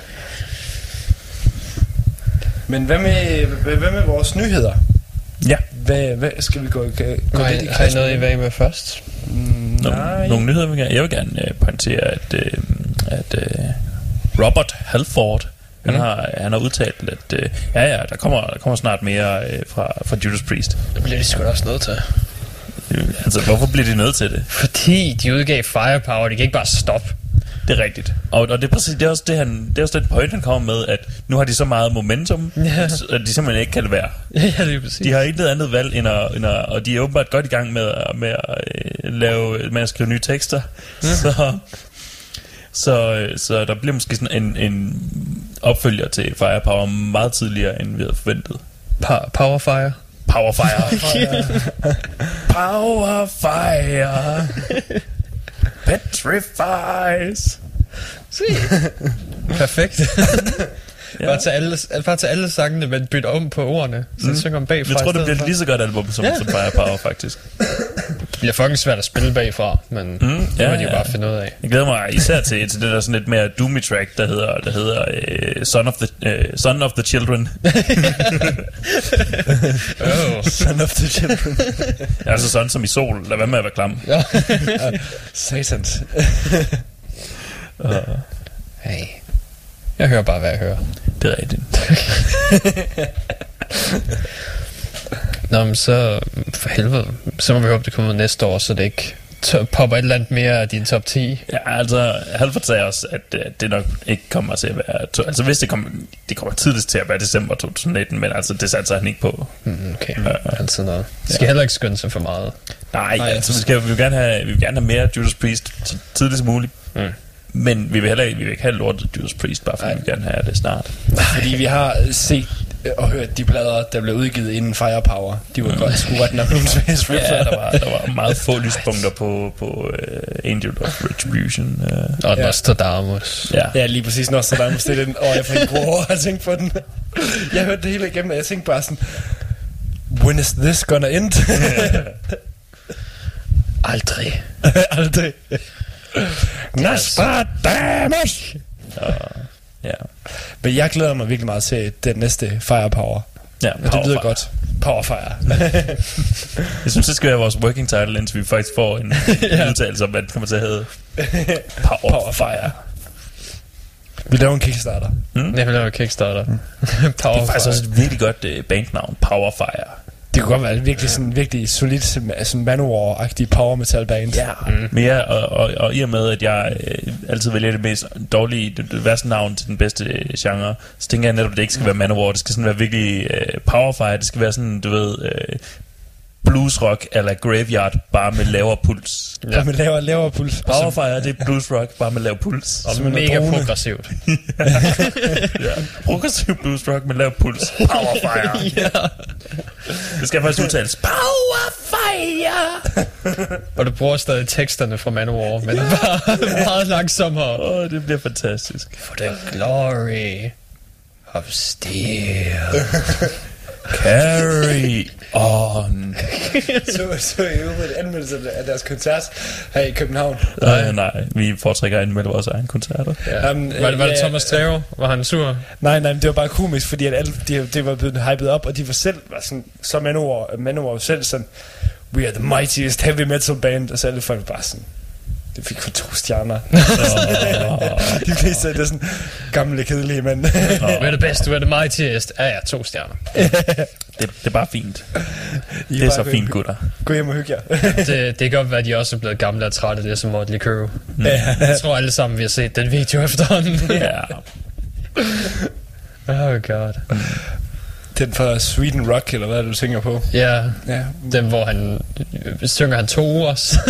C: Men hvad med, hvad med vores nyheder?
B: Ja.
C: Hvad, hvad skal vi gå, gå
D: gå lidt i har I noget I vil med først?
B: Mm, nogle, nogle nyheder vil jeg, jeg vil gerne uh, pointere at, uh, at uh, Robert Halford mm. han, har, han har udtalt at uh, ja ja der kommer, der kommer snart mere uh, fra, fra Judas Priest.
D: Det bliver de sgu da også nødt til.
B: Altså hvorfor bliver de nødt til det?
D: Fordi de udgav Firepower. De kan ikke bare stoppe.
B: Det er rigtigt. Og, og det er præcis det er også det han det er også den point han kommer med, at nu har de så meget momentum, ja. At de simpelthen ikke kan det være.
D: Ja, det er præcis.
B: De har ikke noget andet valg end at, end at, og de er åbenbart godt i gang med med at uh, lave med at skrive nye tekster. Ja. Så så så der bliver måske sådan en en opfølger til Firepower meget tidligere end vi havde forventet.
D: Pa- Powerfire.
B: Powerfire. Powerfire. Petrifies.
D: Se. Perfekt. Ja. Bare til alle, bare til alle sangene, men bytte om på ordene, så mm. synger om bagfra.
B: Jeg tror, det bliver et lige så godt album som, ja. som Firepower, faktisk.
D: Det bliver fucking svært at spille bagfra, men mm, det ja, må de jo ja. bare finde ud af.
B: Jeg glæder mig især til, til det der sådan lidt mere doomy track, der hedder, der hedder uh, Son, of the, uh, Son of the Children.
C: oh. Son of the Children.
B: Altså sådan som i sol. Lad være med at være klam.
C: Ja. Satans.
D: uh. Hey. Jeg hører bare, hvad jeg hører.
B: Det er rigtigt.
D: Nå, men så for helvede, så må vi håbe, det kommer næste år, så det ikke t- popper et eller andet mere af din top ti.
B: Ja, altså, Halford sagde også, at uh, det nok ikke kommer til at være... To- altså, hvis det kommer, det kommer tidligst til at være december to tusind nitten, men altså, det satser han ikke på.
D: Mm, okay, uh, altså noget. Det skal ja. heller ikke skynde sig for meget.
B: Nej, Nej altså, vi, skal, vi, vil gerne have, vi vil gerne have mere Judas Priest så tidligt som muligt. Mm. Men vi vil heller ikke, vi vil ikke have lortet Judas Priest, bare fordi vi vil gerne have det snart.
C: Fordi vi har set og hørt de plader, der blev udgivet inden Firepower. De var mm. godt sgu ret nok nogle Space Riff.
B: Ja, der var, der var meget få lyspunkter på, på uh, Angel of Retribution. Uh.
D: Og ja. Nostradamus.
C: Ja. ja, lige præcis Nostradamus. Det er den, og jeg fik en gode år at tænke på den. Jeg hørte det hele igennem, og jeg tænkte bare sådan, when is this gonna end?
D: Aldrig.
C: Aldrig. Nostradamus!
B: Ja. Ja.
C: Men jeg glæder mig virkelig meget til den næste Firepower.
B: Ja,
C: Power det lyder godt. Powerfire.
B: Jeg synes, det skal være vores working title, indtil vi faktisk får en ja. udtalelse om, hvad det kommer til at hedde. Power Powerfire.
C: Vi laver en Kickstarter.
B: Mm?
D: Jeg vil lave en Kickstarter.
B: Mm. Det er faktisk også et virkelig godt uh, bandnavn. Powerfire.
C: Det kunne godt være virkelig sådan virkelig solid, sådan Manowar-agtig power metal band.
B: Ja, mm. men ja, og, og, og i og med, at jeg øh, altid vælger det mest dårlige, det, det værste navn til den bedste øh, genre, så tænker jeg netop, at det ikke skal være Manowar, det skal sådan være virkelig øh, Powerfire, det skal være sådan, du ved, øh, bluesrock eller Graveyard, bare med lavere puls.
C: Ja. Bare med lavere, lavere puls.
B: Powerfire, det er bluesrock, bare med lav puls.
D: Og som mega progressivt.
B: Ja, progressiv bluesrock med lav puls. Powerfire. Ja. Det skal faktisk udtales Powerfire.
D: Og du bruger stadig teksterne fra Manowar, men bare meget langsommere.
B: Åh, oh, det bliver fantastisk.
D: For the glory of steel.
B: Carry on.
C: så, så I øvrigt anmeldelse af deres koncert her i København?
B: Nej, nej, vi foretrækker at anmelde vores egen koncerter.
D: Ja. Um, var, det, var det Thomas Theo? Var han sur?
C: Nej, nej, det var bare komisk, fordi at alle, de, de var blevet hypet op, og de var selv, var sådan, så Manowar, Manowar var selv sådan, we are the mightiest heavy metal band, og så alle folk bare sådan, det fik kun to stjerner. Oh. De fleste af det er sådan gamle, kedelige mænd.
D: Oh. We're the best, we're the mightiest. Ja, ja, to stjerner.
B: det, det er bare fint. I det er så fint, gutter.
C: Gå hjem og hygge jer.
D: det, det kan godt være, at de også er blevet gamle og trætte, det er som Motley Crue. Mm. Jeg tror alle sammen, vi har set den video efterhånden.
B: Ja.
D: Oh god. Mm.
C: Den fra Sweden Rock, eller hvad er det, du tænker på?
D: Ja, ja. Den hvor han synger han to også.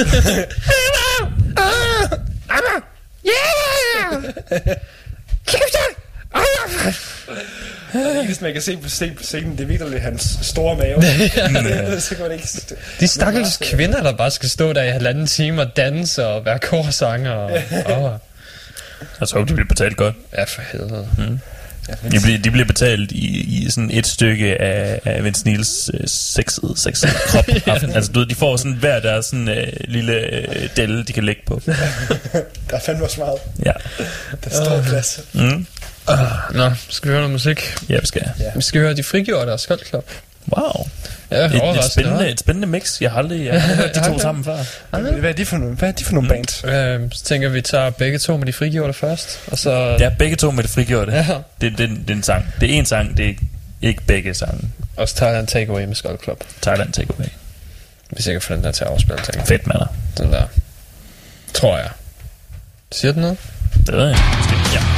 C: Hvis man kan se på scenen, det er virkelig hans store mave. Så kan man ikke...
D: De stakkels kvinder, der bare skal stå der i halvanden time og danse og være korsanger. Og, oh.
B: Jeg tror, de bliver betalt godt.
D: Ja, for helvede.
B: Mm. De bliver, de bliver betalt i, i sådan et stykke af, af Vince Neils øh, sexede, sexede krop. Ja. Altså, du ved, de får sådan hver deres sådan øh, lille øh, delle, de kan lægge på.
C: Der er fandme også meget.
B: Ja.
C: Der er stor uh. plads.
B: Mm.
D: Uh, nå, skal vi høre noget musik?
B: Ja, vi skal.
D: Ja. Vi skal høre De Frigjorte og Skull Club.
B: Wow.
D: Ja,
B: et, et, spændende, et spændende mix. Jeg har aldrig, jeg har hørt de to sammen før.
C: Hvad er de for nogle, hvad er de for nogle mm. band?
D: Øh, så tænker vi tager begge to med De Frigjorte først. Og så...
B: Ja, begge to med De Frigjorte. Ja. Det, det, det er en sang. Det er en sang, det er ikke begge sange.
D: Og så Thailand Takeaway med Skull Club.
B: Thailand Takeaway.
D: Hvis jeg kan få den der til at afspille. Tænker.
B: Fedt, mander.
D: Den der. Tror jeg. Siger den noget?
B: Det ved jeg. Måske. Ja.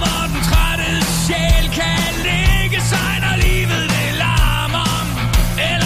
E: Kan ligge sig, når livet det larmer.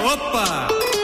E: Opa!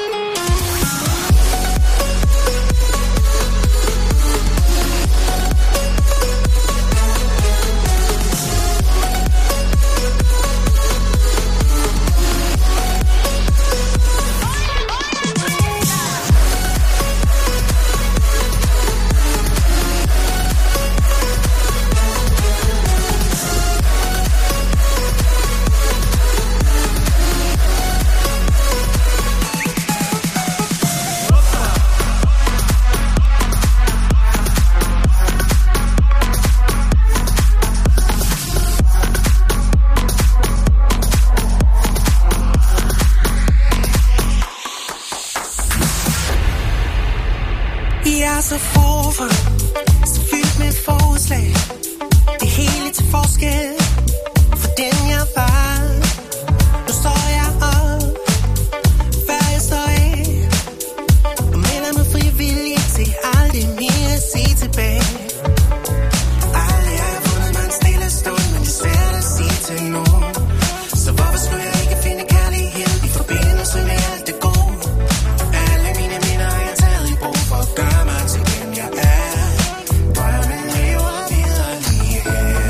F: Så forfra, så fyldt med forslag. Det hele til forskel for den jeg var. Nu står jeg op, før jeg står af, og melder mig frivillig til aldrig mere at se tilbage. Aldrig har jeg fundet mig en stille stund, men det er svært at sige til nogen. Så hvorfor skulle jeg ikke finde kærlighed i forbindelse med alt det gode? Alle mine minder har jeg taget i brug for at gøre mig til hvem jeg er. Drømmen lever videre lige her.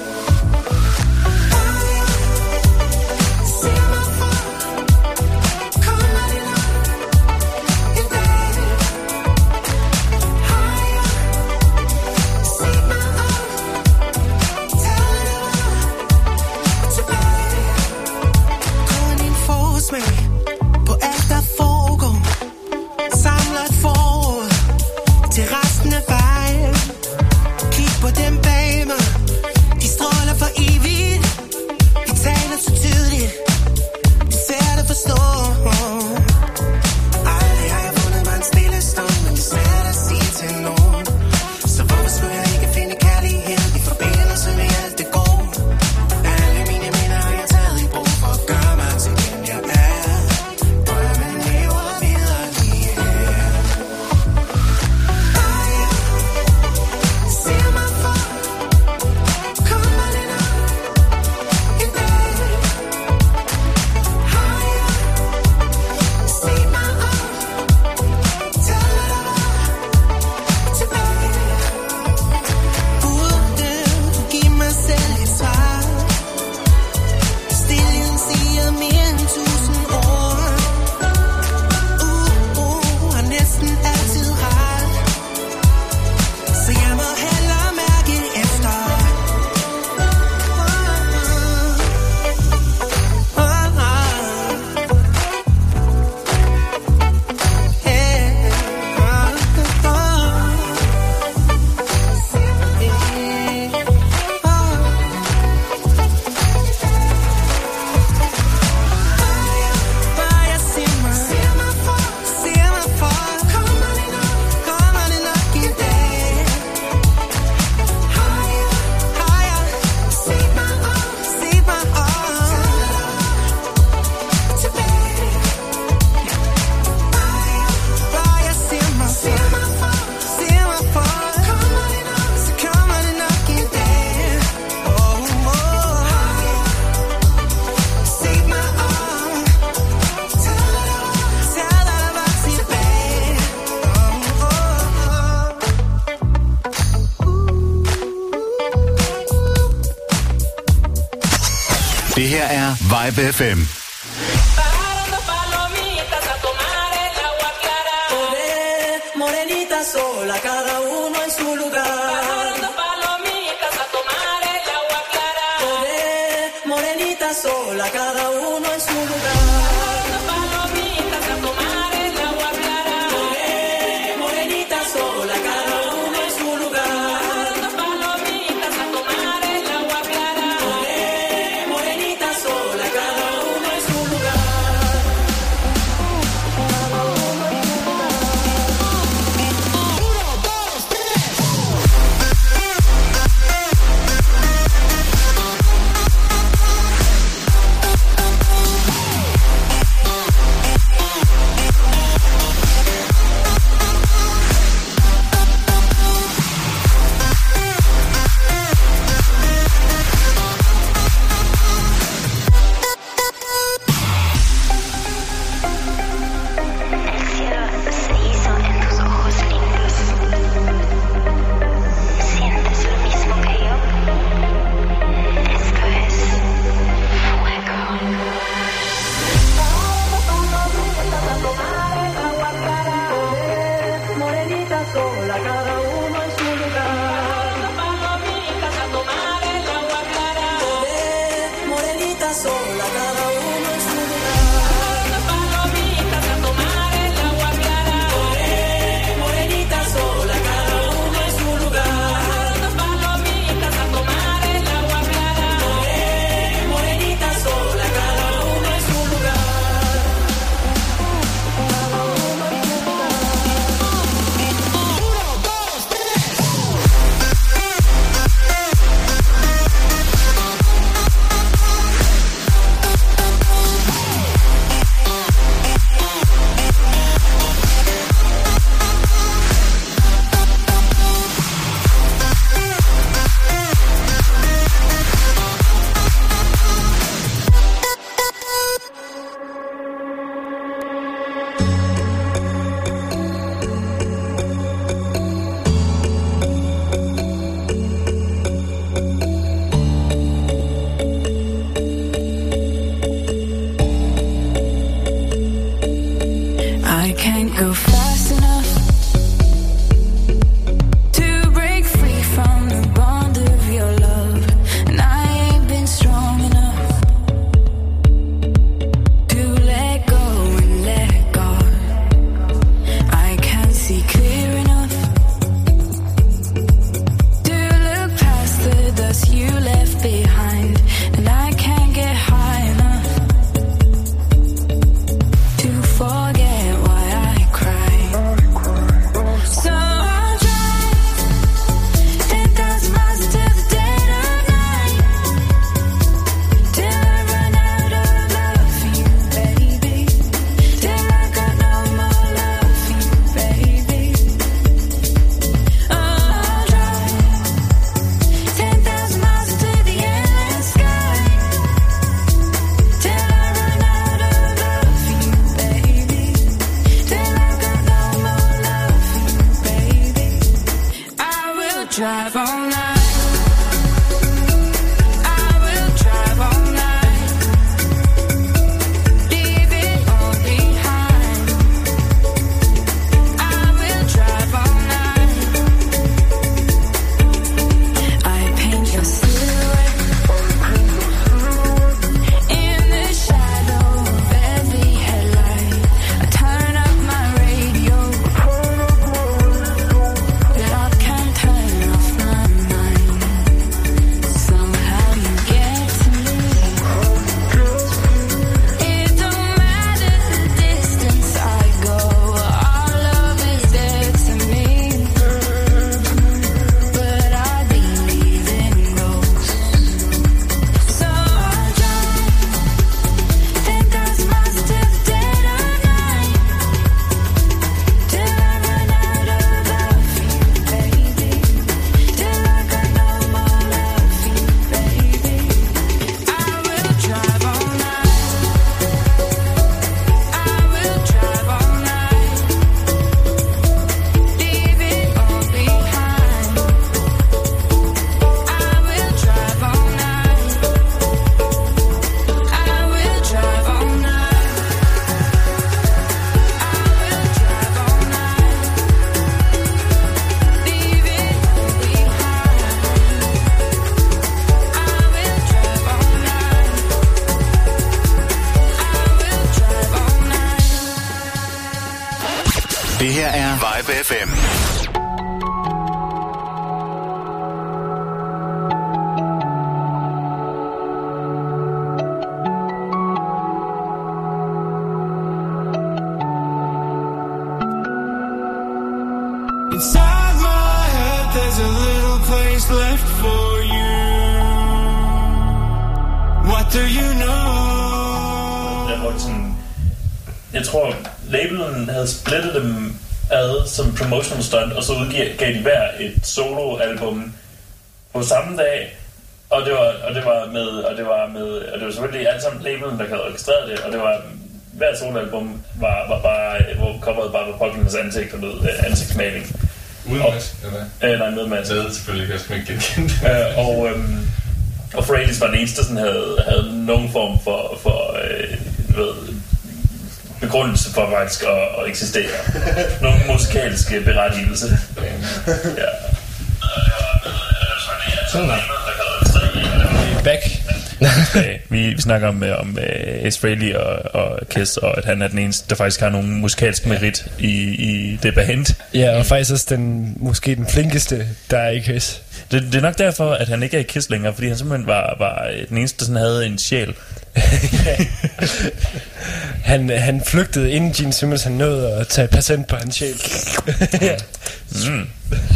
F: Se mig for, kommer det nok en dag? Har jeg set mig op, taget det op tilbage? Kun en forsmag på alt der foregår, samler et forår til resten af vejen. Kig på dem bag mig, de stråler for evigt. Vi taler så tydeligt, det er svært at forstå. Aldrig har jeg fundet mig en stille stund, men det er svært at sige til nogen. Så hvorfor skulle jeg ikke finde kærlighed i forbindelse med alt det gode? Alle mine minder har jeg taget i brug for at gøre mig til hvem jeg er. Drømmen lever videre lige her. Se mig for, kommer det nok en dag? Har jeg set mig op, taget det op tilbage? Burde give mig selv et svar. Stilheden siger mere end tusind ord. Uh, uh, har næsten altid ret, så jeg må hellere mærke efter. Uh, uh, uh. Hey, uh, uh, Bare jeg ser mig, ser mig for, ser mig for. Kommer det nok, kommer det nok en dag? Har jeg, har jeg set mig op, set mig op tilbage? Bare jeg ser mig, ser mig for, ser mig for. Kommer det nok, så kommer det nok en dag. Oh, oh. Har jeg set mig op, taget det op, taget det op tilbage. Oh, oh, oh.
G: Det her er Vibe F M.
F: Bajaron dos palomitas a tomar el agua clara. Morenita sola, cada uno en su lugar. Bajaron dos palomitas a tomar el agua clara. Morenita sola, cada uno en su lugar. Bajaron dos palomitas a tomar el agua clara. Morenita sola, cada uno en su lugar. Bajaron dos palomitas a tomar el agua clara. Morenita sola, cada uno en su lugar.
E: I can't go fast enough to break free from the bond of your love, and I ain't been strong enough to let go and let God. I can't see clear enough to look past the dust you left behind, and I can't get high enough to forget why I cry. So I'll drive ten thousand miles into the dead of night till I run out of love for you, baby. Till I got no more love for you, baby. Oh, I'll drive ten thousand miles into the endless sky till I run out of love for you, baby. Till I got no more love for you, baby. I will drive all night. I will drive all night. Leave it all behind. I will drive all night. I paint your silhouette in the shadow of every headlight. I turn up my radio, but I can't turn off my mind. Somehow you get to me. It don't matter the distance I go, our love is dead to me. But I believe in ghosts. So I'll drive ten thousand miles into the dead of night till I run out of love for you, baby. Till I got no more love for you, baby. I will drive all night. I will drive all night. Leave it all behind. I will drive all night. I will drive all night. I will drive all night. Leave it all behind. I will drive all night. I will drive all night.
G: Det her er Vibe F M.
F: Inside my head, there's a little place left for you. What do you know?
B: Der var sådan, jeg tror, labelen havde splittet dem ad som promotional stunt, og så udgav gav de hver et soloalbum på samme dag, og det var og det var med og det var med og det var selvfølgelig alt sammen labelen, der havde registreret det, og det var hver soloalbum var var bare hvor coveret bare var pågældendes ansigt og noget øh, ansigtsmaling.
A: Uden mask, eller hvad?
B: Øh, nej, med mask.
A: Det er selvfølgelig, jeg skal ikke genkende det.
B: Øh, og øhm, og Fraley's var den eneste, der sådan havde, havde nogen form for, for øh, ved, begrundelse for faktisk at, at eksistere. Nogen musikalske berettigelse. Ja.
C: Sådan der. Back.
B: Okay. Vi, vi snakker om, om uh, Ace Frehley og, og Kiss, og at han er den eneste, der faktisk har nogen musikalsk merit i, i det band.
C: Ja, og faktisk også den, måske den flinkeste, der er i Kiss.
B: Det, det er nok derfor, at han ikke er i Kiss længere, fordi han simpelthen var, var den eneste, der sådan havde en sjæl.
C: han, han flygtede, inden Gene Simmons han nåede at tage patent på hans sjæl. Ja.
B: Mm.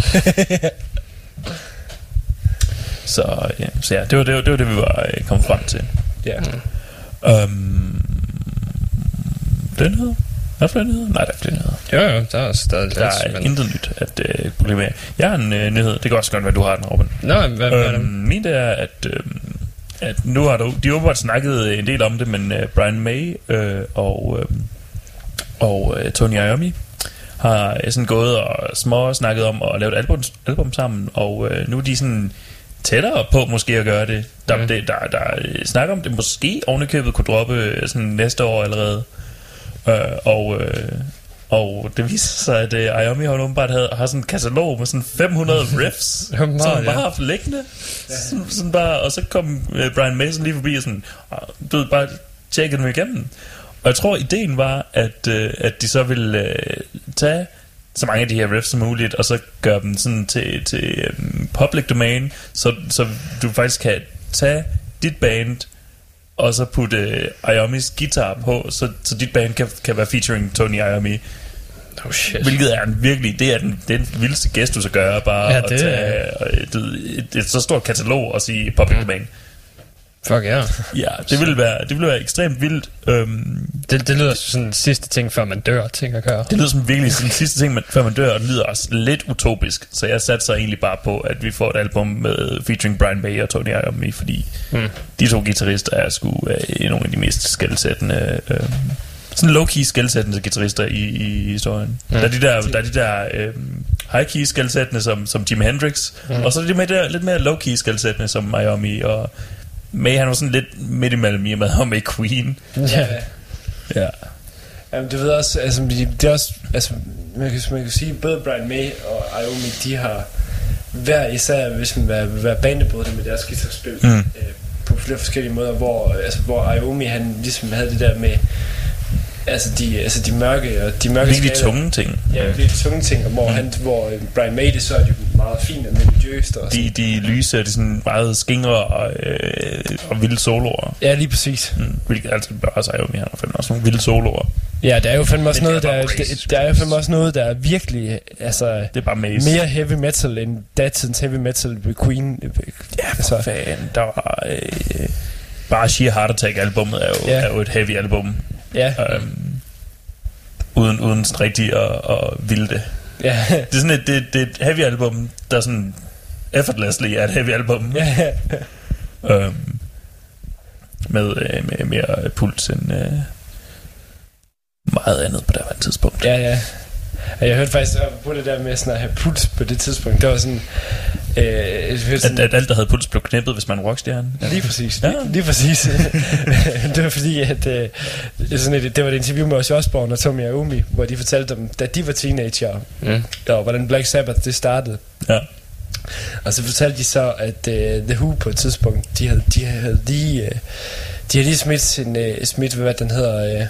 B: Så, ja, så ja, det var det, var, det, var det vi var øh, kommet frem til.
C: Ja.
B: Um, den hedder? Er der flere nyheder? Nej, der er flere nyheder.
D: Jo, jo, der er stadig
B: Der er men... intet nyt at øh, problem med. Jeg har en øh, nyhed. Det kan også godt være, du har den, Robin.
D: Nå, hvad, hvad er det?
B: Øhm, min det er, at, øh, at nu har du, de åbenbart snakket en del om det, men øh, Brian May øh, og, øh, og øh, Tony Iommi har sådan gået og små snakket om at lave et album, album sammen, og øh, nu er de sådan tættere på måske at gøre det. Der, mm. det, der, der, der snakker om det måske ovenikøbet kunne droppe sådan næste år allerede. Øh, og, øh, Og det viser sig, at uh, Iommi har åbenbart har, har sådan en katalog med sådan fem hundrede riffs, som han bare har haft liggende. Sådan, sådan bare, og så kom uh, Brian Mason lige forbi og sådan, du ved, bare tjekke dem igennem. Og jeg tror, ideen var, at, uh, at de så ville uh, tage så mange af de her riffs som muligt, og så gøre dem sådan til, til um, public domain, så, så du faktisk kan tage dit band, og så putte uh, Iommis guitar på, så, så dit band kan, kan være featuring Tony Iommi.
D: Oh shit.
B: Hvilket er en virkelig, det er den, det er den vildeste gestus at gøre, bare
D: ja,
B: at tage et, et, et, et så stort katalog og sige public mm. domain.
D: Fuck ja. Yeah.
B: Ja, det ville være, det ville være ekstremt vildt. Um,
D: det, det lyder som sådan sidste ting, før man dør, ting at gøre.
B: Det lyder som virkelig sådan sidste ting, man, før man dør, og det lyder også lidt utopisk. Så jeg satte så egentlig bare på, at vi får et album med featuring Brian May og Tony Iommi, fordi mm. de to guitarister er sgu uh, nogle af de mest skældsættende, uh, sådan low-key skældsættende guitarister i, i historien. Mm. Der er de der, der, er de der uh, high-key skældsættende som, som Jimi Hendrix, mm. og så er de med der, lidt mere low-key skældsættende som Iommi og May. Han var sådan lidt midt imellem i med ham med Queen.
C: Ja.
B: Ja.
C: Jamen, du ved også, altså, det er også, altså, man kan, man kan sige, både Brian May og Iommi, de har hver især, hvis man vil være banebrydende med deres guitarspil, mm. øh, på flere forskellige måder, hvor, altså, hvor Iommi, han ligesom havde det der med, altså de, altså de mørke og de mørke
B: virkelig tunge ting.
C: Ja, virkelig tunge ting, og hvor, mm. han, hvor Brian May, det så er de meget fint og melodiøst og
B: de, de lyse, de sådan meget skingre og, øh, og vilde soloer.
C: Ja, lige præcis.
B: Mm, hvilket altså bare sig jo mere, han har fandme også nogle vilde soloer.
C: Ja, der er jo fandme også noget, der er, det, der er jo fandme også noget, der er virkelig, altså,
B: det er bare maze.
C: Mere heavy metal end datidens heavy metal ved Queen.
B: Ja, for altså, fanden, der var øh, bare Sheer Heart Attack albumet er jo, ja. er jo et heavy album.
C: Ja.
B: Um, uden, uden sådan rigtig at, at vilde det.
C: Ja.
B: Det er sådan et, det, det er et heavy album, der sådan effortlessly er et heavy album.
C: Ja.
B: um, med, med mere puls end uh, meget andet på det her tidspunkt.
C: Ja, ja. Jeg hørte faktisk på det der med sådan at have puls på det tidspunkt. Det var sådan, øh, sådan
B: at, at alt der havde puls blev knippet, hvis man er rockstjerne.
C: Ja. Lige præcis. Ja. Lige, lige præcis. Det var fordi at øh, sådan et, det var et interview med Ozzy Osbourne og Tony Iommi, hvor de fortalte om, da de var teenager, mm. og hvordan Black Sabbath det startede.
B: Ja.
C: Og så fortalte de så at øh, The Who på et tidspunkt, de havde, de havde lige øh, de havde lige smidt sin øh, smidt hvad den hedder. Øh,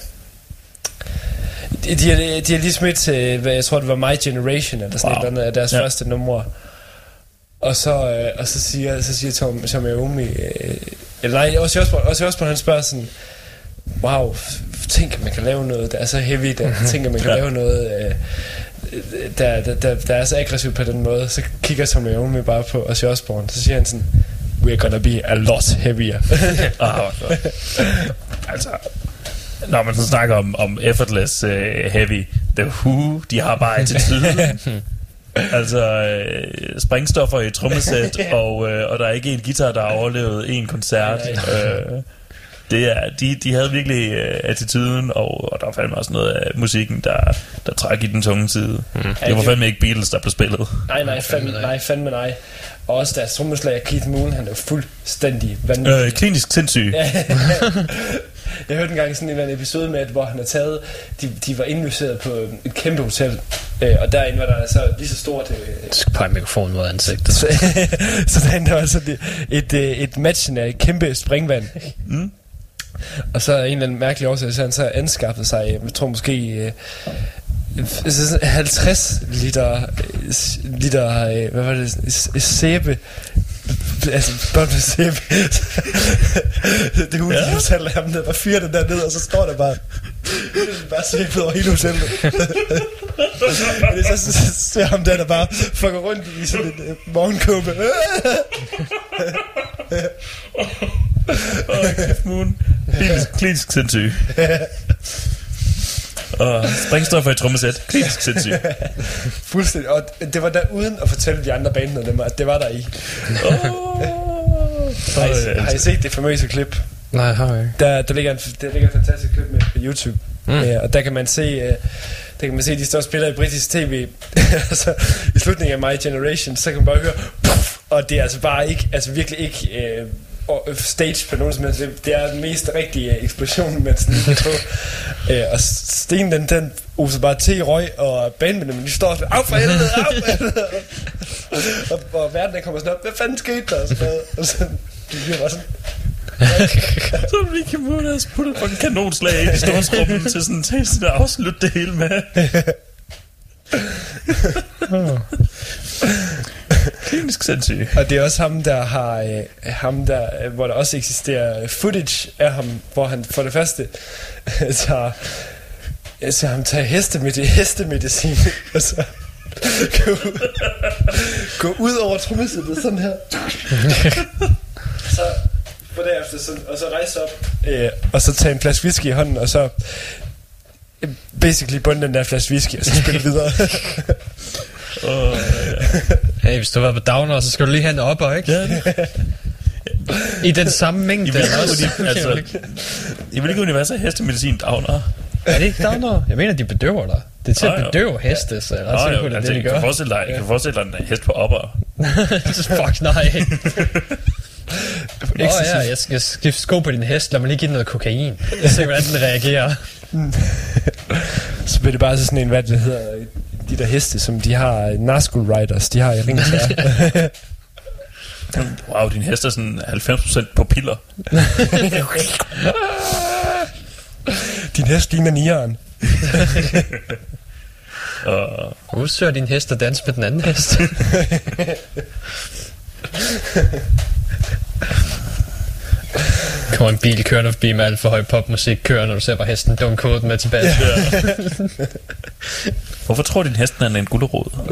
C: De, de, har, de har lige smidt, øh, jeg tror det var My Generation eller sådan wow. et eller andet af deres ja. første numre. Og så øh, og så siger så siger Tom Tom Iommi, øh, eller nej, også også også også han spørger sådan, wow, tænk man kan lave noget der er så heavy, der tænker man kan ja. lave noget øh, der, der, der der er så aggressivt på den måde. Så kigger Tom Iommi bare på Ozzy Osbourne, så siger han sådan, we're gonna be a lot heavier.
B: ah, altså når man så snakker om, om effortless uh, heavy, The Who, de har bare attitude. Altså uh, sprængstoffer i trommesæt, og, uh, og der er ikke en guitar, der har overlevet en koncert. Uh, det er, de, de havde virkelig uh, attituden, og, og der var fandme også noget af musikken, der, der træk i den tunge side. Mm. Det var fandme ikke Beatles, der blev spillet.
C: Nej, nej, fandme nej. Fandme nej. Og også deres trommeslager Keith Moon, han er jo fuldstændig vanvittig.
B: Øh, klinisk sindssyg.
C: Jeg hørte engang sådan en eller anden episode med, hvor han har taget, de, de var indlogeret på et kæmpe hotel, øh, og derinde var der så lige så stort... Øh,
D: du skal pege mikrofonen mod ansigtet.
C: Så, så derinde var altså et, et, et matchen af et kæmpe springvand. Mm. Og så en eller anden mærkelig årsag, så han så anskaffet sig, jeg tror måske... Øh, halvtreds liter liter hvad var det sæbe, altså godt med sæbe. Det huset hotellet ham ned, bare fyrer den der ned, og så står der bare bare sæbet over hele hotellet. Og så ser ham der der bare fucker rundt i sådan en uh, morgenkåbe.
B: Åh, Keith Moon, klinisk sindssyg. Og sprængstoffer i trommesæt. Klinisk sindssygt.
C: Fuldstændig. Og det var der uden at fortælle de andre bandene, at det var der i. Oh. har, I, har I set det famøse klip?
D: Nej, har jeg ikke.
C: Der, der, ligger en, der ligger en fantastisk klip med på YouTube. Mm. Uh, og der kan man se... Uh, der kan man se, at de står og spiller i britisk tv. Altså, i slutningen af My Generation, så kan man bare høre... Puff, og det er altså bare ikke... Altså virkelig ikke... Uh, og stage på nogen som helst. Det, det er den mest rigtige eksplosion, man sådan kan få. øh, og Sten, den, den oser bare til røg, og bandmændene, de står sådan, af for helvede, af for helvede. og, og verden, der kommer sådan op, hvad fanden skete der? Og, sådan noget. Og så det bliver bare sådan...
B: Så vi kan måle os putte på en kanonslag i storstrummen til sådan til sådan at afslutte det hele med. Klinisk sindssyg.
C: Og det er også ham, der har øh, ham der, øh, hvor der også eksisterer footage af ham, hvor han for det første tager, så ham tager hestemedicin, hestemedicin og så gå, gå ud over trommesættet sådan her. Så på derefter sådan, og så rejse op øh, og så tage en flaske whisky i hånden og så øh, basically bunde den der flaske whisky og så spille videre.
B: Oh, ja.
D: Hey, hvis du var på downer, så skal du lige have en opper, ikke?
B: Ja, det.
D: I den samme mængde.
B: I vil ikke, altså, I vil ikke universet af hestemedicin downer.
D: Er det ikke downer? Jeg mener, de bedøver dig. Det er til at
B: Nå, jo.
D: bedøve heste, så jeg er ret sikker på, at det er
B: altså,
D: det, de
B: kan
D: gør.
B: forestille dig, ja. Kan forestille dig en hest på opper.
D: Fuck nej. Åh oh, ja, jeg skal skifte sko på din hest. Lad mig lige give den noget kokain. Jeg ser, hvordan den reagerer.
C: Så bliver det bare sådan en, hvad det hedder, de der heste, som de har, Nazgul Riders, de har i ringen her.
B: Wow, din hest er sådan halvfems procent på piller.
C: Din hest ligner nieren.
B: Og
D: Udsør din hest og dans med den anden hest. Kommer en bil kørende forbi med alt for høj popmusik, kører, når du ser, hvor hesten dunker ud med tilbage. Ja.
B: Hvorfor tror din hesten er en gulerod?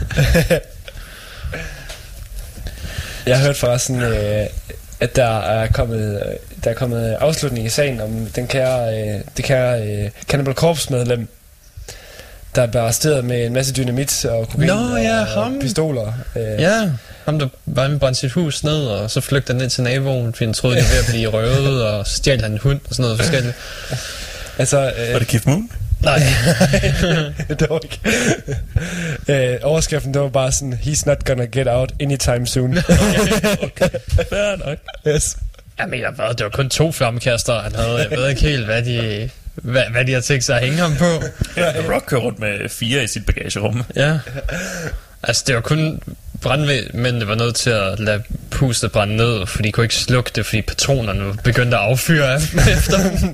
C: Jeg har hørt forresten, øh, at der er kommet der er kommet afslutning i sagen om den kære, øh, det kære øh, Cannibal Corpse medlem, der er arresteret med en masse dynamit og kokain.
D: Nå, ja,
C: og
D: ham.
C: pistoler. Øh.
D: Ja, ham der var med brændt sit hus ned, og så flygtede han ned til naboen, fordi han troede, det var ved at blive røvet, og så stjal han en hund og sådan noget forskelligt.
C: Altså, øh,
B: Var det Keith Moon?
D: Nej.
C: det var ikke. øh, overskriften, det var bare sådan, he's not gonna get out anytime soon.
B: Okay, okay. Fair nok.
C: Yes.
D: Jeg mener, hvad? Det var kun to flammekaster, han havde. Jeg ved ikke helt, hvad de, hvad, hvad de har tænkt sig at hænge ham på.
B: Ja, Rock kører rundt med fire i sit bagagerum.
D: Ja. Altså, det var kun brandmændene var nødt til at lade huset brænde ned, for de kunne ikke slukke det, fordi patronerne begyndte at affyre af dem efter dem.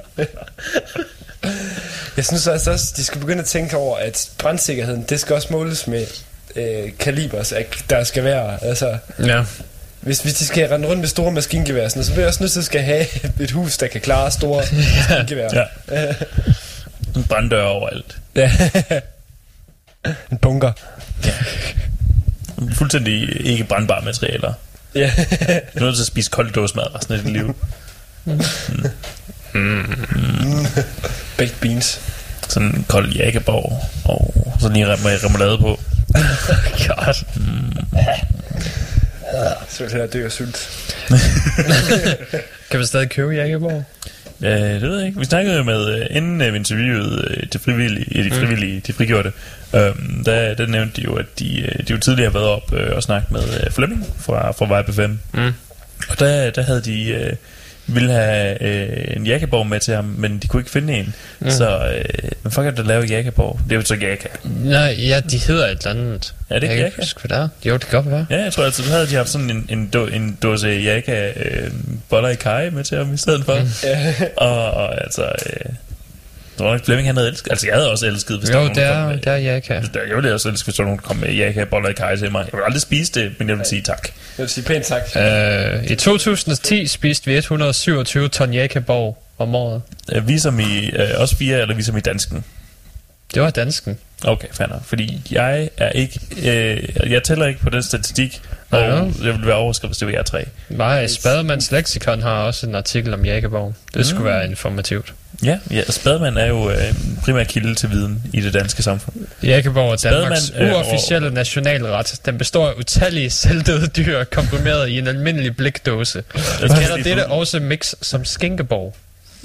C: Jeg synes altså også, de skal begynde at tænke over, at brandsikkerheden, det skal også måles med øh, kalibers, at der skal være, altså...
D: Ja.
C: Hvis, hvis de skal rende rundt med store maskingevær, så bliver jeg også nødt til at skal have et hus, der kan klare store maskingevær.
B: Ja. En branddør overalt.
C: Ja. En bunker.
B: Ja. Fuldstændig ikke brandbare materialer.
C: Ja.
B: Du er nødt til at spise kold dåsemad resten af dit liv. Mm.
C: Mm. Mm. Baked beans.
B: Sådan en kold jakkeborg, og så lige med remoulade på.
D: God.
B: Mm.
C: Så vil jeg dø af sult.
D: Kan man stadig købe Jakkeborg?
B: Ja, det ved jeg ikke. Vi snakkede jo med, inden vi interviewede de frivillige, de frivillige, de frigjorte, øhm, der, der nævnte de jo, at de, de jo tidligere har været op øh, og snakket med Flemming fra, fra Vibe F M. Mm. Og der, der havde de... Øh, ville have øh, en Jakkeborg med til ham, men de kunne ikke finde en. Mm. Så øh, hvad fuck er det, der laver Jakkeborg? Det er jo så Jaka.
D: Nej, ja, de hedder et eller andet.
B: Er det ikke
D: jeg
B: Jaka?
D: Kan huske, hvad det er. Jo, det kan godt være.
B: Ja, jeg tror altså, så havde de haft sådan en, en, do, en dåse Jaka øh, boller i kaj med til ham i stedet for. Mm. og, og altså... Øh, jeg tror nok, Flemming han havde elsket. Altså, jeg havde også elsket, hvis
D: jo,
B: der var nogen,
D: det er,
B: der kom med.
D: det er Jaka.
B: Jeg ville også elske, hvis der var nogen, der kom med Jaka boller i kaj til mig. Jeg vil aldrig spise det, men jeg vil sige tak.
C: Jeg vil sige pænt tak.
D: Øh, I to tusind og ti spiste vi et hundrede og syvogtyve ton Jakkeborg om året.
B: Øh, vi som i øh, os fire, eller vi som i dansken?
D: Det var dansken.
B: Okay, fanden. Fordi jeg er ikke... Øh, jeg tæller ikke på den statistik, og ja. Jeg vil være overskrevet, hvis det var jer tre.
D: Nej, Spademands Lexikon har også en artikel om Jakkeborg. Det mm. skulle være informativt.
B: Ja, ja, Spademand er jo øh, primært kilde til viden i det danske samfund.
D: Jakkeborg er Danmarks
B: Spademand, øh,
D: uofficielle nationalret. Den består af utallige selvdøde dyr, komprimeret i en almindelig blikdåse. Vi kalder dette også mix som Skænkeborg.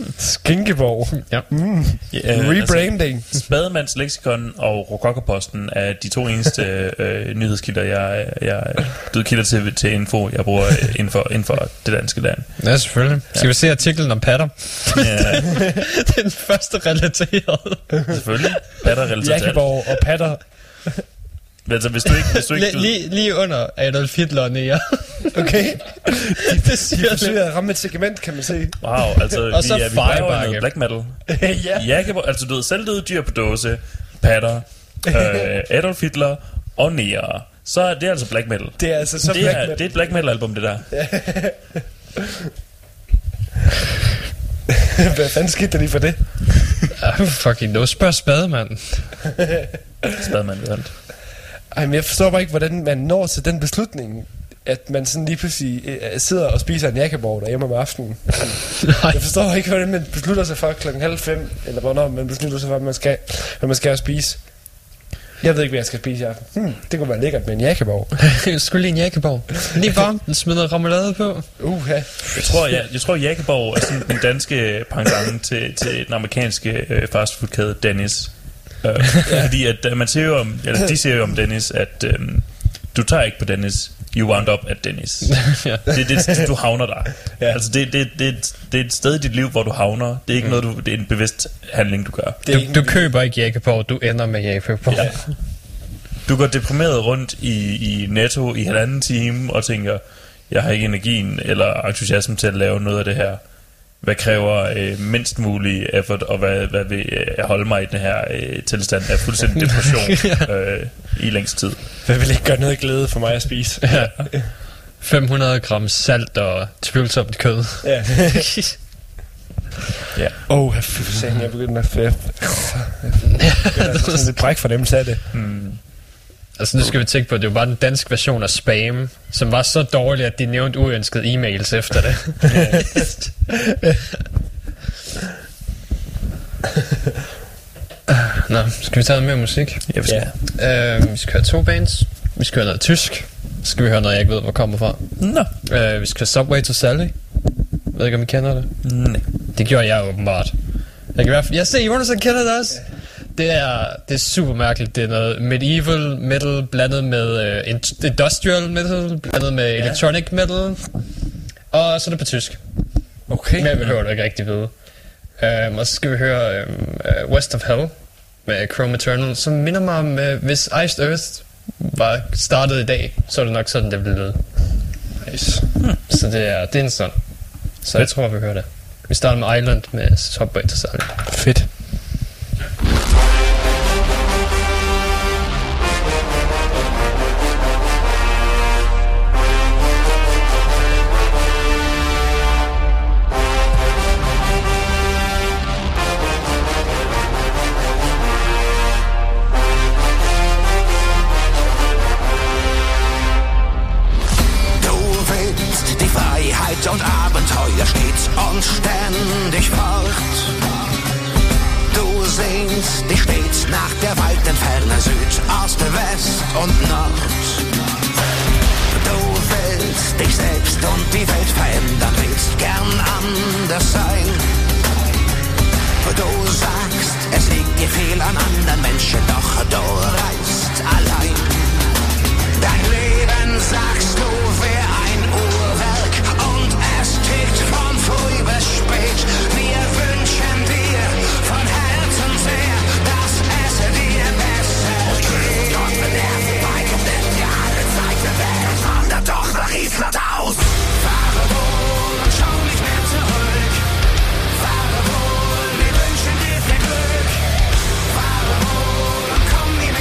C: Skinkeborg.
D: Ja.
C: Mm.
B: Ja, øh,
C: Rebranding.
B: Altså, Spademands Lexikon og Rokokoposten er de to eneste øh, nyhedskilder, jeg, jeg døde kilder til, til info, jeg bruger inden for, inden for det danske land.
D: Ja, selvfølgelig. Skal ja. vi se artiklen om patter?
B: Ja.
D: Det er den første relateret.
B: Selvfølgelig. Patter-relateret.
C: Jakkeborg og patter.
B: Altså, hvis du ikke... Hvis du ikke
D: L- lige, lige under Adolf Hitler og nære.
C: Okay.
D: Det siger
C: de forsøger at ramme et segment, kan man se.
B: Wow, altså,
D: og
B: vi
D: så
B: er, vi er jo
D: Firebakke.
B: noget black metal.
C: Ja.
B: Jakkeborg, altså du ved, selvdøde dyr på dåse, patter, øh, Adolf Hitler og nære. Så er det altså black metal.
C: Det er altså så
B: det
C: black
B: er,
C: metal.
B: Det er et black metal album, det der.
C: Hvad fanden skete der lige for det?
D: Ah, fucking no. Spørg Spademand.
B: Spademand vandt.
C: Ej, men jeg forstår bare ikke, hvordan man når til den beslutning, at man sådan lige pludselig øh, sidder og spiser en jakkeborg derhjemme om aftenen. Jeg forstår ikke, hvordan man beslutter sig for klokken halv fem, eller hvornår man beslutter sig for, at man skal, hvad man skal spise. Jeg ved ikke, hvad jeg skal spise i aften. Hmm, det kunne være lækkert med en jakkeborg.
D: Jeg skulle lige en jakkeborg. Lige varm, den smider remoulade på.
C: Uha.
B: Jeg tror, jeg, jeg tror Jakkeborg er sådan den danske pendant til, til den amerikanske øh, fastfoodkæde Dennis. Øh, ja. Fordi at øh, man siger jo om, eller de siger jo om Dennis, at øh, du tager ikke på Dennis, you wound up at Dennis.
D: Ja.
B: det, det, du havner der.
C: Ja.
B: Altså det, det, det, det er et sted i dit liv, hvor du havner. Det er ikke mm. noget, du, det er en bevidst handling, du gør.
D: Du, du køber ikke Jakkeborg, du ender med Jakkeborg.
B: Ja. Du går deprimeret rundt i, i Netto i halvanden time og tænker, jeg har ikke energien eller entusiasme til at lave noget af det her. Hvad kræver øh, mindst mulig effort, og hvad, hvad vil øh, holde mig i den her øh, tilstand af fuldstændig depression øh, i længst tid.
C: Hvad vil ikke gøre noget glæde for mig at spise?
D: Ja. fem hundrede gram salt og tvivlsomt kød.
C: Ja.
B: Ja.
C: Åh, oh, for sagen, jeg begynder at få... Jeg begynder sådan lidt bræk for dem, sagde det.
B: Hmm.
D: Altså nu skal vi tænke på, at det var bare den danske version af spam, som var så dårlig, at de nævnte uønskede e-mails efter det. Nå, skal vi tage noget mere musik?
B: Ja, vi skal.
D: Ja. Uh, vi skal høre to bands. Vi skal høre noget tysk. Så skal vi høre noget, jeg ikke ved, hvor kommer fra.
B: Nå.
D: Uh, vi skal høre Subway to Sally. Jeg ved ikke, om I kender det?
B: Nej.
D: Det gjorde jeg åbenbart. Jeg kan i hvert fald... Jeg ser, Jonas kender det også. Det er, det er super mærkeligt. Det er noget medieval metal blandet med uh, industrial metal blandet med ja. electronic metal. Og så er det på tysk.
C: Okay.
D: Men jeg behøver du ikke rigtig vide. Um, og så skal vi høre um, uh, West of Hell med Chrome Eternal, som minder mig om, uh, hvis Iced Earth var startet i dag, så er det nok sådan, det ville lyde. Nice. Hmm. Så det er, det er en sådan. Så jeg tror, vi hører det. Vi starter med Island med Subway to Sally.
C: Fedt.
H: Und Abenteuer stets und ständig fort. Du sehnst dich stets nach der weiten Ferne Süd, Ost, West und Nord. Du willst dich selbst und die Welt verändern, willst gern anders sein. Du sagst, es liegt dir viel an anderen Menschen, doch du reist allein. Dein Leben, sagst du, wär ein Uhrwerk und es tickt von früh bis spät. Wir wünschen dir von Herzen sehr, dass es dir besser geht. Und mit Nerven weichen denn dir alle Zeiten weg und wandert doch nach Island aus. Fahre wohl und schau nicht mehr zurück. Fahre wohl, wir wünschen dir viel Glück. Fahre wohl und komm nie mehr.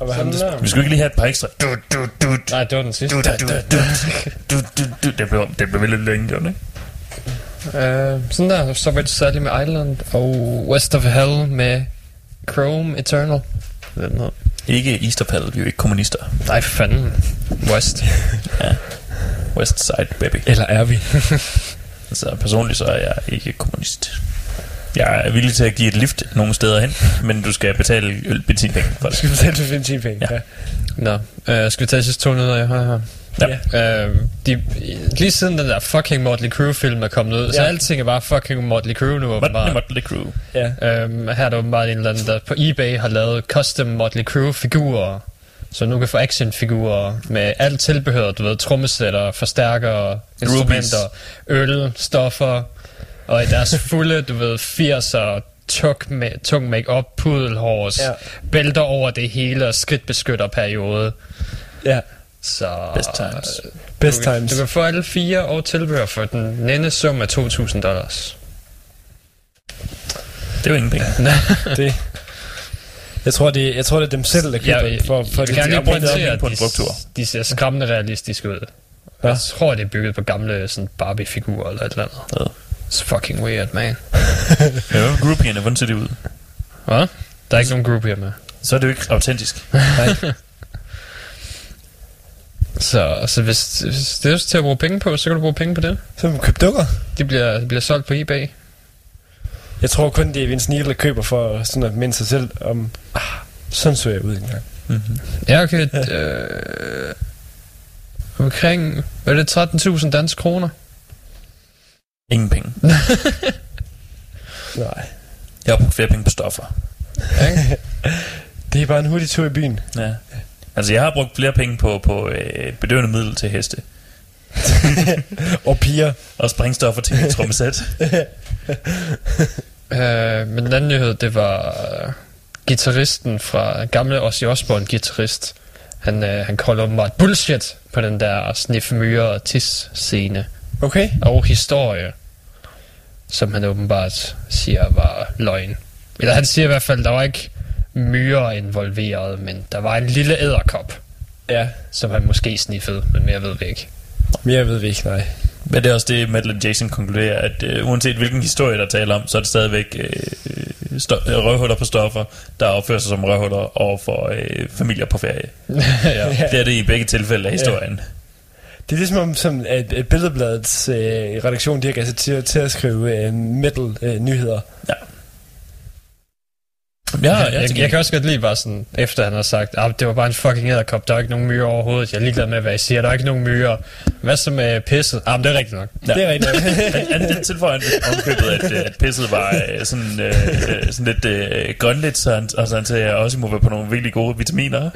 C: Og hvad ham, det
B: Vi skulle ikke lige have et par ekstra. Du, du, du,
D: Nej, det var den sidste.
B: du, du, du, du, du, du. Det blev, det blev lidt længe, gjorde det, ikke?
D: Uh, sådan der, så var det særligt med Island og West of Hell med Chrome Eternal. Den her.
B: Ikke East of Hell, vi er jo ikke kommunister.
D: Nej, for fanden. West.
B: Ja. West Side, baby.
C: Eller er vi?
B: Altså personligt så er jeg ikke kommunist. Jeg er villig til at give et lift nogle steder hen, men du skal betale øl benzinpenge for
C: Du
B: det.
C: skal betale benzinpenge, ja.
B: Ja.
D: Nå, uh, skal vi tage de sidste to nyheder, jeg har her?
B: Ja.
D: Uh, de, lige siden den der fucking Motley Crue-film er kommet ud, ja. Så alting er bare fucking Motley Crue nu.
B: Motley, Motley Crue.
C: Ja.
D: Um, her er der åbenbart en eller anden, der på eBay har lavet custom Motley Crue-figurer, så nu kan få actionfigurer med alt tilbehør, du ved, trommesætter, forstærkere, instrumenter, øl, stoffer, og i deres fulde, du ved, firser, tung, ma- tung make-up, pudelhårs, ja. Bælter over det hele og skridtbeskytterperiode.
C: Ja.
D: Så
B: Best times.
C: Best
D: du,
C: times.
D: Du kan få alle fire og tilbehør for den nænde sum af to tusind dollars.
B: Det er jo ingen penge.
C: det. Jeg tror, det, jeg tror, det er dem selv, der køber
D: Ja,
C: dem for, for
D: jeg
C: det.
D: vil gerne lige
B: de har brugt
D: pointere,
B: det
D: at
B: på en
D: de,
B: brugtur.
D: de ser skræmmende realistiske ud.
C: Ja.
D: Jeg tror, det er bygget på gamle sådan Barbie-figurer eller et eller andet.
B: Ja.
D: It's fucking weird, man.
B: Ja, groupierne, hvordan ser det ud?
D: Hvad? Der er ikke nogen group her med.
B: Så er det jo ikke autentisk.
C: Nej.
D: Så, så hvis, hvis det er til at bruge penge på, så kan du bruge penge på det.
C: Så man købe dukker.
D: De bliver, de bliver solgt på eBay.
C: Jeg tror kun, det er Vince Neil, der køber for sådan at minde sig selv om, ah, sådan så jeg ud engang.
B: Mm-hmm.
D: Ja, okay. Øh, omkring, hvad er det, tretten tusind danske kroner?
B: Ingen penge.
C: Nej.
B: Jeg har brugt flere penge på stoffer.
D: Okay.
C: Det er bare en hurtig tur i byen.
B: Ja. Altså, jeg har brugt flere penge på, på øh, bedøvende middel til heste.
C: Og piger.
B: Og springstoffer til mit trommesæt.
D: øh, men den anden nyhed, det var uh, gitarristen fra gamle Ozzy Osbourne guitarist. Han, øh, han kolder åbenbart bullshit på den der sniffe myre og tis scene.
C: Okay.
D: Og historie, som han åbenbart siger var løgn. Eller han siger i hvert fald, der var ikke myrer involveret, men der var en lille edderkop,
C: Ja.
D: som han måske sniffede, men mere ved vi ikke.
C: Mere ved vi ikke, nej.
B: Men det er også det, Metal Jason konkluderer, at øh, uanset hvilken historie der taler om, så er det stadigvæk øh, sto- røvhuller på stoffer, der opfører sig som røvhuller over for øh, familier på ferie.
D: Ja.
B: Det er det i begge tilfælde af historien.
C: Det er ligesom om, som at, at Billedbladets øh, redaktion, de har gav sig til, til at skrive øh, metal-nyheder.
B: Ja. Ja,
D: jeg, jeg, jeg kan også godt lide bare sådan, efter han har sagt, ah, det var bare en fucking edderkop, der er ikke nogen myrer overhovedet, jeg er ligeglad med, hvad jeg siger, der er ikke nogen myrer. Hvad så med pisset? Ah, men det er rigtigt nok.
B: Ja.
C: Det er rigtigt.
B: Han, han tilføjer omkøbet, at, at pisset var øh, sådan, øh, sådan lidt øh, grønligt, så han, altså han sagde, at også må være på nogle virkelig gode vitaminer.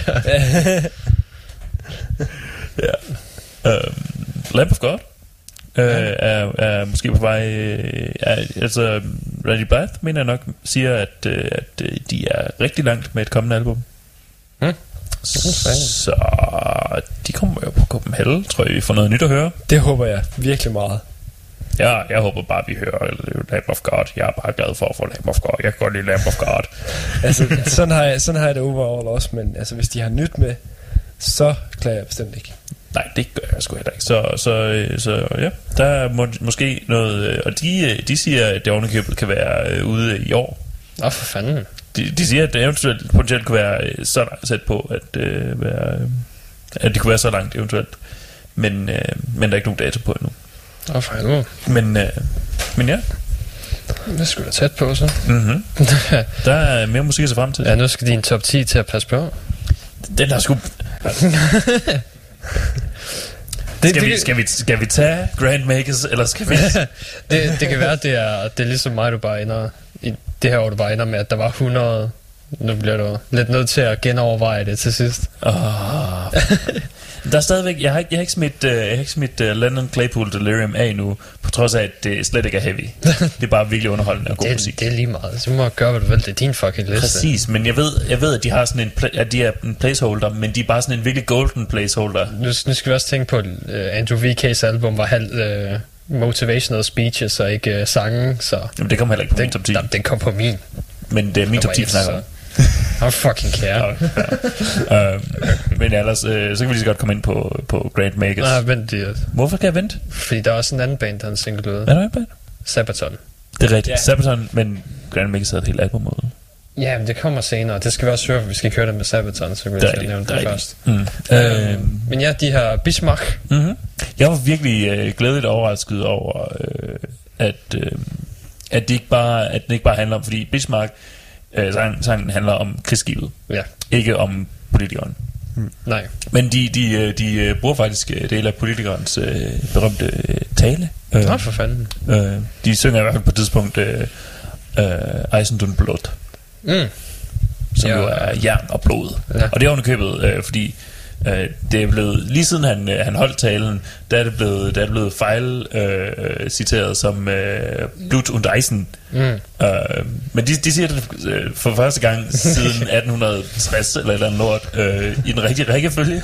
B: Ja. um, Lamb of God øh, er, er måske på vej. Øh, er, altså, Randy Blythe, mener jeg nok, siger, at, øh, at øh, de er rigtig langt med et kommende album.
D: Hmm.
B: Så de kommer jo på Copenhagen, tror jeg, vi får noget nyt at høre.
C: Det håber jeg virkelig meget.
B: Ja, jeg håber bare, vi hører Lamb of God. Jeg er bare glad for at få Lamb of God. Jeg kan godt lide Lamb of God.
C: Altså, sådan har jeg, sådan har jeg det overall også, men altså, hvis de har nyt med, så klager jeg bestemt ikke.
B: Nej, det gør jeg sgu heller ikke. Så, så, så ja, der er må, måske noget. Og de, de siger, at det ovenikøbet kan være øh, ude i år.
D: Nå, for fanden.
B: De, de siger, at det eventuelt potentielt kunne være øh, så langt på, at, øh, være, øh, at det kunne være så langt eventuelt. Men, øh, men der er ikke nogen data på endnu.
D: Nå, for helvede.
B: Men, øh, men ja.
D: Det skulle da tæt på, så.
B: Mm-hmm. Der er mere musik at se frem til.
D: Ja, nu skal din top ti til at passe på.
B: Den er sgu...
D: Det,
B: skal,
D: det,
B: vi, skal, vi, skal vi tage Grandmakers, eller skal vi...
D: det, det kan være, at det er, det er ligesom mig, du bare ender... I det her år, du bare ender med, at der var hundrede... Nu bliver du lidt nødt til at genoverveje det til sidst.
B: Oh. Der er stadigvæk... Jeg har ikke, jeg har ikke smidt, uh, jeg har ikke smidt uh, Lennon Claypool Delirium af nu, på trods af, at det slet ikke er heavy. Det er bare virkelig underholdende og god
D: det,
B: musik.
D: Det er lige meget. Så må du gøre, hvad du vil. Det er din fucking liste.
B: Præcis, men jeg ved, jeg ved at de har sådan en, pla- at de er en placeholder, men de er bare sådan en virkelig golden placeholder.
D: Nu, nu skal vi også tænke på, at uh, Andrew V K's album var halvt uh, motivational speeches og ikke uh, sange, så...
B: Jamen, det kommer heller ikke på
D: den,
B: min top ti.
D: Den, den kom på min.
B: Men det er min top ti,
D: et,
B: snakker om.
D: I fucking care.
B: øhm, men ellers, øh, så kan vi lige så godt komme ind på, på Grand Magus.
D: Nej, vent lige.
B: Hvorfor kan jeg vente?
D: Fordi der er også en anden band, der har en single ude.
B: Hvad er der en band?
D: Sabaton.
B: Det er rigtigt.
C: Ja.
B: Sabaton, men Grand Magus havde et helt album ud.
D: Ja, men det kommer senere. Det skal vi også høre, for vi skal køre det med Sabaton, så kan vi
B: Det er
D: skal
B: rigtigt,
D: nævne
B: det er
D: det
B: rigtigt.
D: først.
B: Mm.
D: Øhm,
B: Øhm,
D: men ja, de her Bismarck.
B: mm-hmm. Jeg var virkelig øh, glædeligt overrasket over, øh, at, øh, at, det ikke bare, at det ikke bare handler om, fordi Bismarck, øh, sangen, sangen handler om krigsskibet,
D: Ja,
B: ikke om politikeren.
D: nej.
B: Men de, de, øh, de øh, bruger faktisk øh, del af politikernes øh, berømte øh, tale. Øh,
D: Nå, for fanden.
B: øh, de synger i hvert fald på et tidspunkt øh, øh, Eisen und Blut,
D: Mm.
B: som
D: Ja.
B: jo er jern og blod.
D: Ja.
B: Og det er ovenikøbet, øh, fordi øh, det er blevet, lige siden han, øh, han holdt talen, der er det blevet, der er det blevet fejl øh, citeret som øh, Blut und Eisen.
D: Mm.
B: Øh, men de, de siger det øh, for første gang siden atten tres eller et eller andet lort, øh, i den rigtige rækkefølge.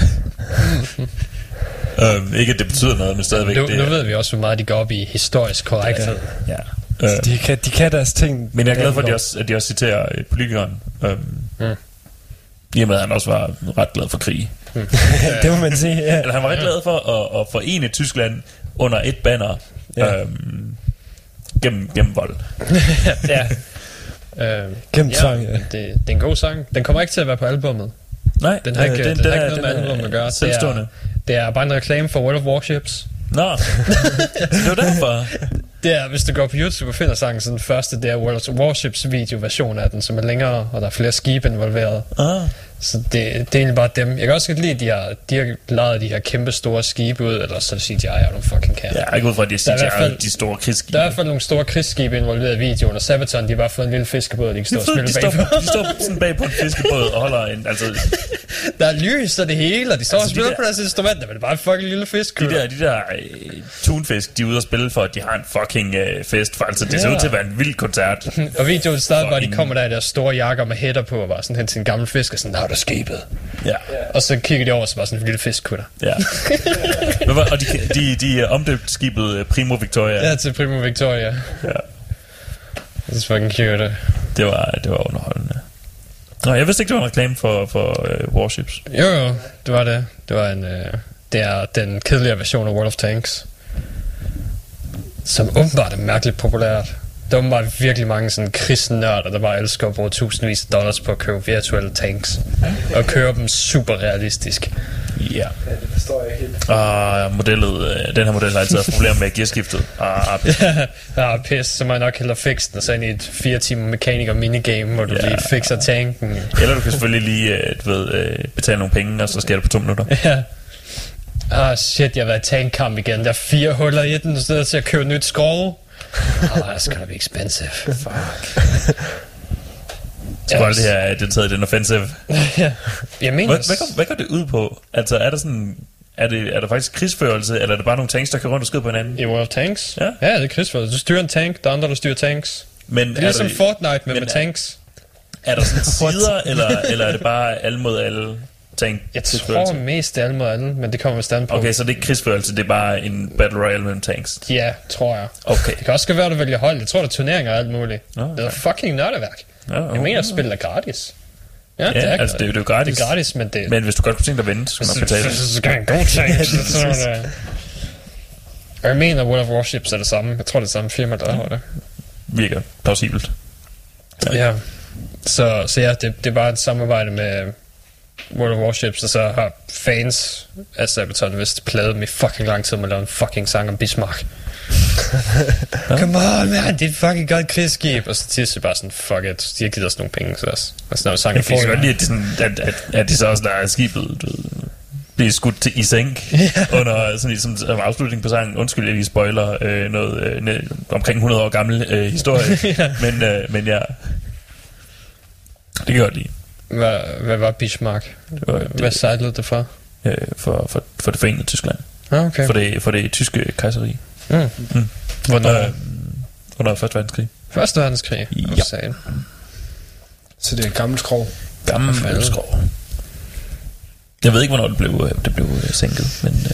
B: øh, ikke at det betyder noget, men stadigvæk
D: Nu,
B: det.
D: nu ved vi også, hvor meget de går op i historisk korrekthed.
B: Ja. Øh,
C: De kan, de kan deres ting.
B: men jeg er glad for, at de også, at de også citerer øh, politikeren. Øh,
D: Mm.
B: I og med, at han også var ret glad for krig.
C: Det må man sige, ja.
B: Eller han var ret glad for at, at forene Tyskland under et banner,
C: Ja.
B: øhm, gennem, gennem vold.
D: Ja. Øh,
C: Gennem
D: ja,
C: tvang, ja.
D: det, det er en god sang. Den kommer ikke til at være på albummet.
B: Nej,
D: Den har ikke,
B: øh,
D: den, den har ikke
B: er-
D: noget med
B: den er
D: albumet at gøre. Det
B: Selvstående.
D: er, det er bare en reklame for World of Warships.
B: Nå, det var derfor.
D: Det er, hvis du går på YouTube og finder sangen, så den første, det er World of Warships videoversion af den, som er længere, og der er flere skibe involveret.
B: Ah.
D: Så det, det er egentlig bare dem. Jeg kan også godt lide, at de har, de har lavet de her kæmpe store skibe ud, eller så C G I, I don't fucking care.
B: Ja, jeg er ikke ud fra, at de
D: Der er i hvert
B: siger,
D: fald-
B: de store krigsskibe.
D: Der er i hvert fald nogle store krigsskibe involveret i videoen, og Sabaton, de har bare fået en lille fiskebåd, de kan stå
B: De,
D: og
B: står,
D: spille
B: de, står,
D: bagpå.
B: de står sådan bag på en fiskebåd og holder en, altså
D: Der er lys og det hele, og de står
B: Altså,
D: og
B: de
D: spiller
B: der-
D: på deres instrumenter, men det er bare en fucking lille fisk.
B: de der, de der øh, tunfisk, de er ude og spille for, at de har en fucking øh, fest, for altså det ser
D: Ja.
B: ud til at være en vild koncert.
D: Og videoen starter bare, at de
B: Fucking-
D: kommer der i deres store jakker med hætter på, og bare sådan hen til en gammel fisk, og sådan, der er der skibet.
B: Ja.
D: Og så kigger de over, så bare sådan en lille fiskkutter.
B: Ja. Men hvad- og de, de, de er omdøbt skibet øh, Primo Victoria.
D: Ja, til Primo Victoria.
B: Ja.
D: Det er fucking cute.
B: Det var, det var underholdende. Nå, jeg vidste ikke, det var en reklame for, for uh, Warships.
D: Jo, jo, det var det. Det var en, øh, det er den kedelige version af World of Tanks, som åbenbart er mærkeligt populært. Der er åbenbart virkelig mange sådan krigsnørder, der bare elsker at bruge tusindvis af dollars på at købe virtuelle tanks. Og køre dem super realistisk.
B: Ja.
C: Ja, det forstår jeg helt.
B: Og modellet, øh, den her model har altid haft problemer med gearskiftet. Ah, pis.
D: Ja, pis, så må jeg nok hellere fikse den, og så ind i et fire timer mekaniker minigame, hvor du
B: Ja.
D: lige fikser tanken.
B: Eller du kan selvfølgelig lige øh, du ved, øh, betale nogle penge, og så sker det på to minutter.
D: Ja. Ah, shit, jeg har været i tankkamp igen. Der er fire huller i den, så er til at købe et nyt skrog. Oh, that's gonna be expensive. Fuck.
B: Så ja, det her, det er taget i den offensive.
D: Ja. Jeg mener...
B: Hvad, hvad, går, hvad går det ud på? Altså, er der sådan... Er, det, er der faktisk krigsførelse, eller er det bare nogle tanks, der kører rundt og skyder på hinanden?
D: I World of Tanks?
B: Ja.
D: Ja, det er krigsførelse. Du styrer en tank, der er andre, der styrer tanks.
B: Men
D: Det er ligesom
B: der,
D: Fortnite, men
B: men
D: med
B: er-
D: tanks.
B: er der sådan sider, eller, eller er det bare alle mod alle tank?
D: Jeg tror
B: krigsførelse?
D: mest alle mod alle, men det kommer vist an på.
B: Okay, så det er ikke krigsførelse, det er bare en battle royale mellem tanks.
D: Ja, tror jeg.
B: Okay.
D: Det kan også godt være, at du vælger hold. Jeg tror, der er turneringer og alt muligt.
B: Nå, okay.
D: Det er fucking nørdeværk.
B: Ja,
D: Jeg mener, at spillet er gratis. Ja,
B: Ja,
D: det er,
B: altså det er jo det er jo gratis.
D: det er gratis, men det
B: Men hvis du godt kunne tænke dig at vinde, så skal man betale.
D: Så skal en god tank. så, så, så, og jeg mener, World of Warships er det samme. Jeg tror, det er det samme firma, der har det.
B: Virker plausibelt.
D: Ja. Så, så ja, det, det er bare et samarbejde med World of Warships, og så har fans af Sabaton vist pladet med fucking lang tid med at lave en fucking sang om Bismarck. Come on, man, det er et fucking godt krigsskib. Og så til sidst bare sådan, fuck it, de har givet os nogle penge, så også. Og så når sangen
B: Jeg kan godt lide, at de, sådan, at, at, at de så også lader skibet du ved, blive skudt til, i sænk under sådan ligesom som afslutning på sangen. Undskyld, jeg lige spoiler øh, noget øh, ne, omkring hundrede år gammel øh, historie.
D: Ja.
B: men, øh, men ja, det kan jeg godt lide.
D: Hvad, hvad var Bismarck?
B: Det var,
D: Hvad
B: det,
D: sejlede det for?
B: øh, for, for, for det forenede Tyskland.
D: Ah, okay.
B: For det, for det tyske kejseri.
D: Mm.
B: Mm.
D: Hvornår?
B: Øh, under første verdenskrig.
D: Første verdenskrig?
B: Ja.
D: Sagde.
C: Så det er et gammelt skrog.
B: Gammel
D: fanden?
B: skov. Jeg ved ikke, hvornår det blev, det blev øh, sænket, men...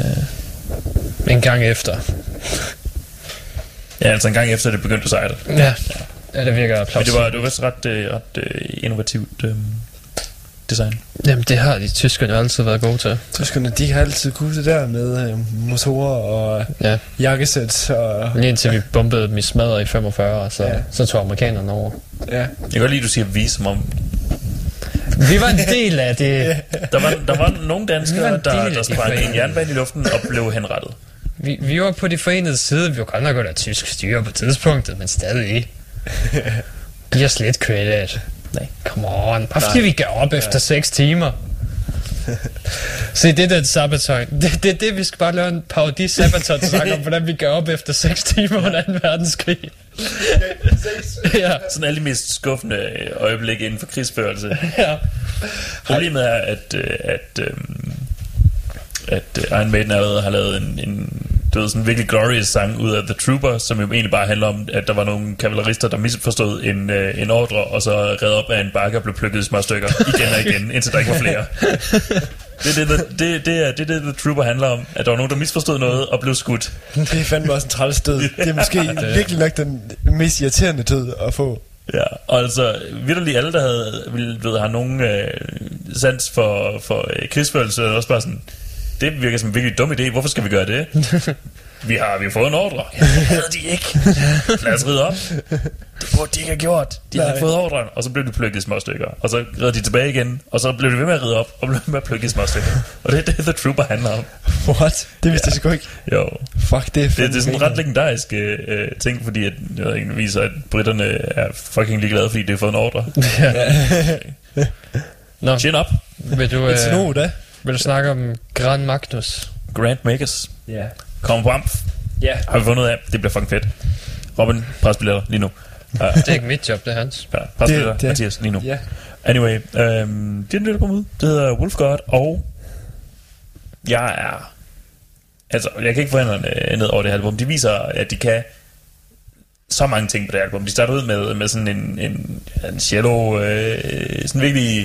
B: Øh,
D: En gang efter.
B: ja, altså en gang efter, det begyndte at sejle.
D: Ja. Ja, det virker
B: Men
D: plausibelt.
B: det var, det var vist ret, øh, ret øh, innovativt øh, design.
D: Jamen, det har de tyskerne altid været gode til.
C: Tyskerne, de har altid kunne det der med øh, motorer og
D: Ja.
C: jakkesæt og...
D: Lige indtil vi bombede dem i smadret i femogfyrre, så,
C: Ja.
D: så tog amerikanerne over.
C: Ja.
B: Jeg kan godt lide, at du siger vi, som om...
D: Vi var en del af det.
B: Der var, der var nogle
D: Vi var
B: danskere,
D: en del
B: der,
D: af
B: der
D: de
B: sprang
D: forenede.
B: en jernbane i luften og blev henrettet.
D: Vi, vi var på de forenede side. Vi var godt nok godt af tysk styre på tidspunktet, men stadig. Giv os lidt credit.
B: Nej.
D: Come on. Bare fordi vi gav op efter seks timer. Se, det er den Sabaton. Det, det er det, vi skal bare lave en parodi Sabaton-sang om, hvordan vi gav op efter seks timer under anden verdenskrig. Ja.
B: Sådan alle de mest skuffende øjeblikke inden for krigsførelse.
D: Ja.
B: Problemet er, at, øh, at, øh, at øh, Iron Maiden allerede har lavet en, en du ved, sådan en virkelig glorious sang ud af The Trooper, som jo egentlig bare handler om, at der var nogle kavalerister, der misforstod en, øh, en ordre, og så redde op af en bakke og blev plukket i små stykker igen og igen, indtil der ikke var flere. Det er det, det, det, er, det, det, The Trooper handler om, at der var nogen, der misforstod noget og blev skudt.
C: Det er fandme også en træls død. Det er måske virkelig nok den mest irriterende død at få.
B: Ja, og altså vitterligt alle, der havde, ved, har nogen øh, sans for, for øh, krigsførelse, er også bare sådan, det virker som en virkelig dum idé, hvorfor skal vi gøre det? Vi har, vi har fået en ordre. Ja, det havde de ikke. Lad os ride op. Det burde de ikke have gjort. De havde fået ordren, og så blev de plukket i små stykker. Og så redde de tilbage igen, og så blev de ved med at ride op, og blev ved med at plukke i små stykker. Og det er det, The Trooper handler om.
C: What? Det vidste
B: Ja.
C: jeg sgu ikke.
B: Jo.
C: Fuck, det er
B: Det,
C: fandme
B: det er sådan en
C: meningen.
B: ret legendarisk øh, ting, fordi at, jeg ved ikke, viser, at britterne er fucking ligeglade, fordi de har fået en ordre.
D: Nå,
B: Chin up.
D: vil du,
C: It's
D: øh,
C: no, da.
D: vil du snakke om Grand Magnus?
B: Grand Makers.
C: Ja.
B: Kom på amf.
C: Ja.
B: Har vi fundet ud af. Det bliver fucking fedt. Robin, pres billetter lige nu. Uh,
D: Det er ikke mit job, det er hans.
B: ja, pres
C: Det-
B: billetter,
C: det-
B: Mathias, lige nu.
C: Ja.
B: Anyway, øhm, det er en del, der kommer ud. Det hedder Wolf God, og jeg er... Altså, jeg kan ikke forhindre ned over det her album. De viser, at de kan så mange ting på det album. De starter ud med, med sådan en, en, en cello, øh, sådan virkelig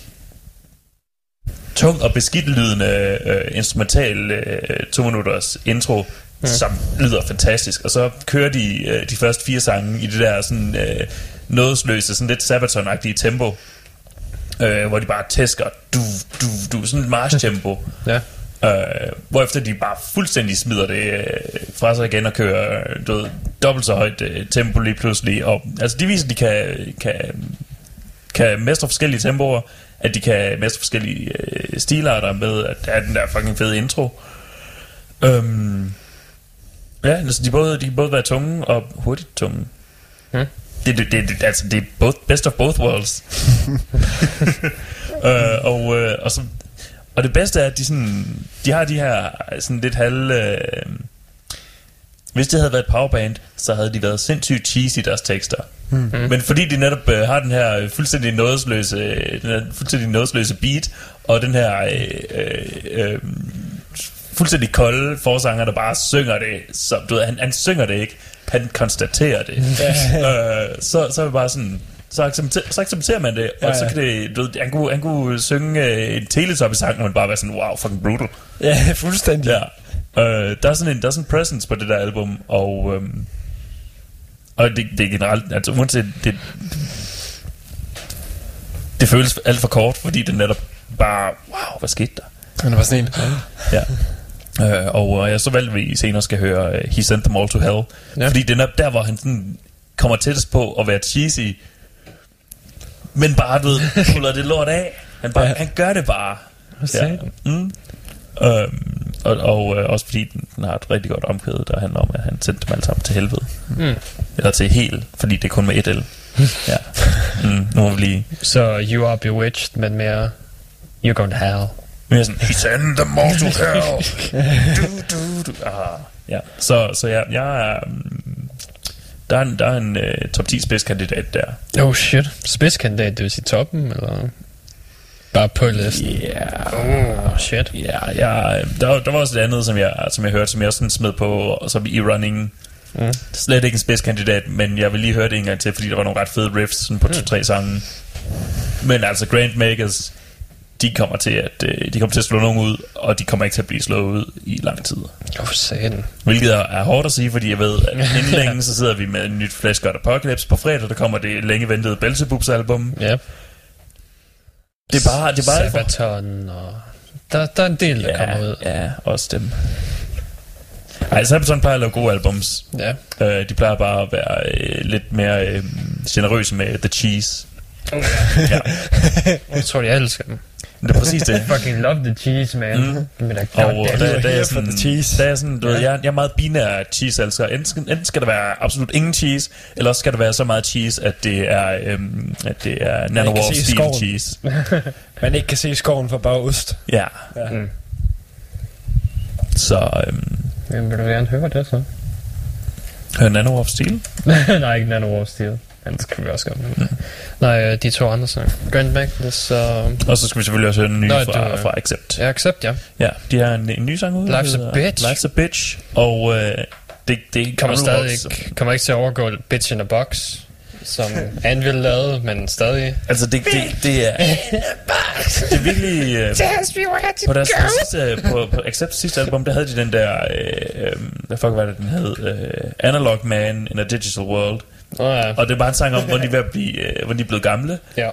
B: tung og beskidt lydende øh, instrumental øh, to minutters intro, mm. som lyder fantastisk. Og så kører de øh, de første fire sange i det der sådan øh, nådesløse, sådan lidt Sabaton-agtige tempo, øh, hvor de bare tæsker du, du, du, sådan et march-tempo.
D: Ja.
B: Øh, hvorefter de bare fuldstændig smider det øh, fra sig igen og kører øh, du ved, dobbelt så højt øh, tempo lige pludselig. Og, altså de viser, at de kan, kan, kan mestre forskellige tempoer, at de kan mestre forskellige øh, stilarter med at der er den der fucking fede intro. Øhm, ja, altså de både, de kan både være tunge og hurtigt tunge.
D: Hmm.
B: Det, det, det, det, altså, det er both, best of both worlds. øh, og, øh, og så Og det bedste er, at de, sådan, de har de her sådan lidt halv... Øh, hvis det havde været et powerband, så havde de været sindssygt cheesy i deres tekster. Mm. Men fordi de netop øh, har den her fuldstændig nådesløse, den her fuldstændig nådesløse beat, og den her øh, øh, øh, fuldstændig kolde forsanger, der bare synger det, så, du ved, han, han synger det ikke, han konstaterer det. øh, så, så er det bare sådan... Så accepterer, så accepterer man det, og
C: Ja, ja.
B: så kan det, du ved, han kunne, han kunne synge øh, en Teletubby-sang, og man bare være sådan, wow, fucking brutal.
C: Ja, fuldstændig.
B: Ja. Øh, der er sådan en, der er sådan en presence på det der album, og, øhm, og det, det er generelt, altså uanset, det, det føles alt for kort, fordi det netop bare, wow, hvad skete der?
C: Han var sådan en.
B: Ja. Øh, og øh, så valgte vi senere skal høre uh, He Sent Them All to Hell,
D: Ja.
B: fordi det er netop der, hvor han sådan kommer tættest på at være cheesy, men bare, du ved, puller det lort af. Han, bare,
C: Ja.
B: han gør det bare.
D: Ja.
B: Mm. Øhm, og og øh, også fordi den, den har et rigtig godt omkvæd, der handler om, at han sendte dem alle sammen til helvede.
D: Mm.
B: Eller til hel, fordi det er kun med et L. Ja. Mm, nu må vi lige...
D: Så You Are Bewitched, men mere You're Going to Hell.
B: Men sådan, he sent them all to hell. du, du, du. Ah, ja. Så, så ja, jeg er... Um, der er en, der er en uh, top ti spidskandidat der.
D: Oh shit. Spidskandidat, det vil sige toppen, eller bare på listen?
B: Ja.
D: Oh shit.
B: Ja, ja, der, der var også et andet, som jeg, som jeg hørte, som jeg også sådan smed på, og som i runningen.
D: Mm.
B: Slet ikke en spidskandidat, men jeg vil lige høre det en gang til, fordi der var nogle ret fede riffs sådan på mm. to-tre sange. Men altså Grand Makers, de kommer til at øh, de kommer til at slå nogen ud, og de kommer ikke til at blive slået ud i lang tid.
D: Hvorfor sagde den?
B: Hvilket er, er hårdt at sige, fordi jeg ved, at inden længe, så sidder vi med et nyt Flash God Apocalypse. På fredag, der kommer det længe ventede Beelzebubs album.
D: Ja.
B: Det er bare... Det er bare
D: Sabaton, og... Der, der er en del, der
B: ja,
D: kommer ud.
B: Ja, også dem. Ej, Sabaton plejer at lave gode albums.
D: Ja.
B: Øh, de plejer bare at være øh, lidt mere øh, generøse med The Cheese.
D: Oh,
B: ja.
D: ja. Jeg tror, jeg elsker dem.
B: Det er præcis det.
D: Fucking love the cheese, man. Mm.
B: Og, og der, der, er sådan, der er sådan, du ved, jeg, jeg er meget binær cheese-elsker. Enten, enten skal der være absolut ingen cheese, eller også skal der være så meget cheese, at det er, øhm, at det er Nanowar Steel cheese.
C: Man ikke kan se skoven for bare ost.
B: Ja.
C: Ja.
D: Mm.
B: Så... Øhm,
D: Jamen, vil du gerne høre det så?
B: Hør Nanowar Steel?
D: Nej, ikke Nanowar Steel. Ja, det skal vi også gøre. Mm. Nej, de to andre sange. Grand Magnus og...
B: Og så skal vi selvfølgelig også høre en ny
D: Nå,
B: fra,
D: du,
B: fra Accept.
D: Ja, Accept, ja.
B: Ja, de har en, en ny sang ude.
D: Life's a Bitch.
B: Life's a Bitch. Og øh, det, det
D: kommer stadig ikke, kommer ikke til at overgå Bitch in a Box, som Anvil lavede, men stadig...
B: Altså, det, det, det er... det er virkelig... Øh, på deres sidste, på, på Accepts sidste album, der havde de den der... Øh, øh, hvad fuck var det, den hed? Øh, Analog Man in a Digital World.
D: Oh, ja.
B: Og det er bare en sang om, hvor de er, ved at blive, øh, hvor de er blevet gamle.
D: Ja.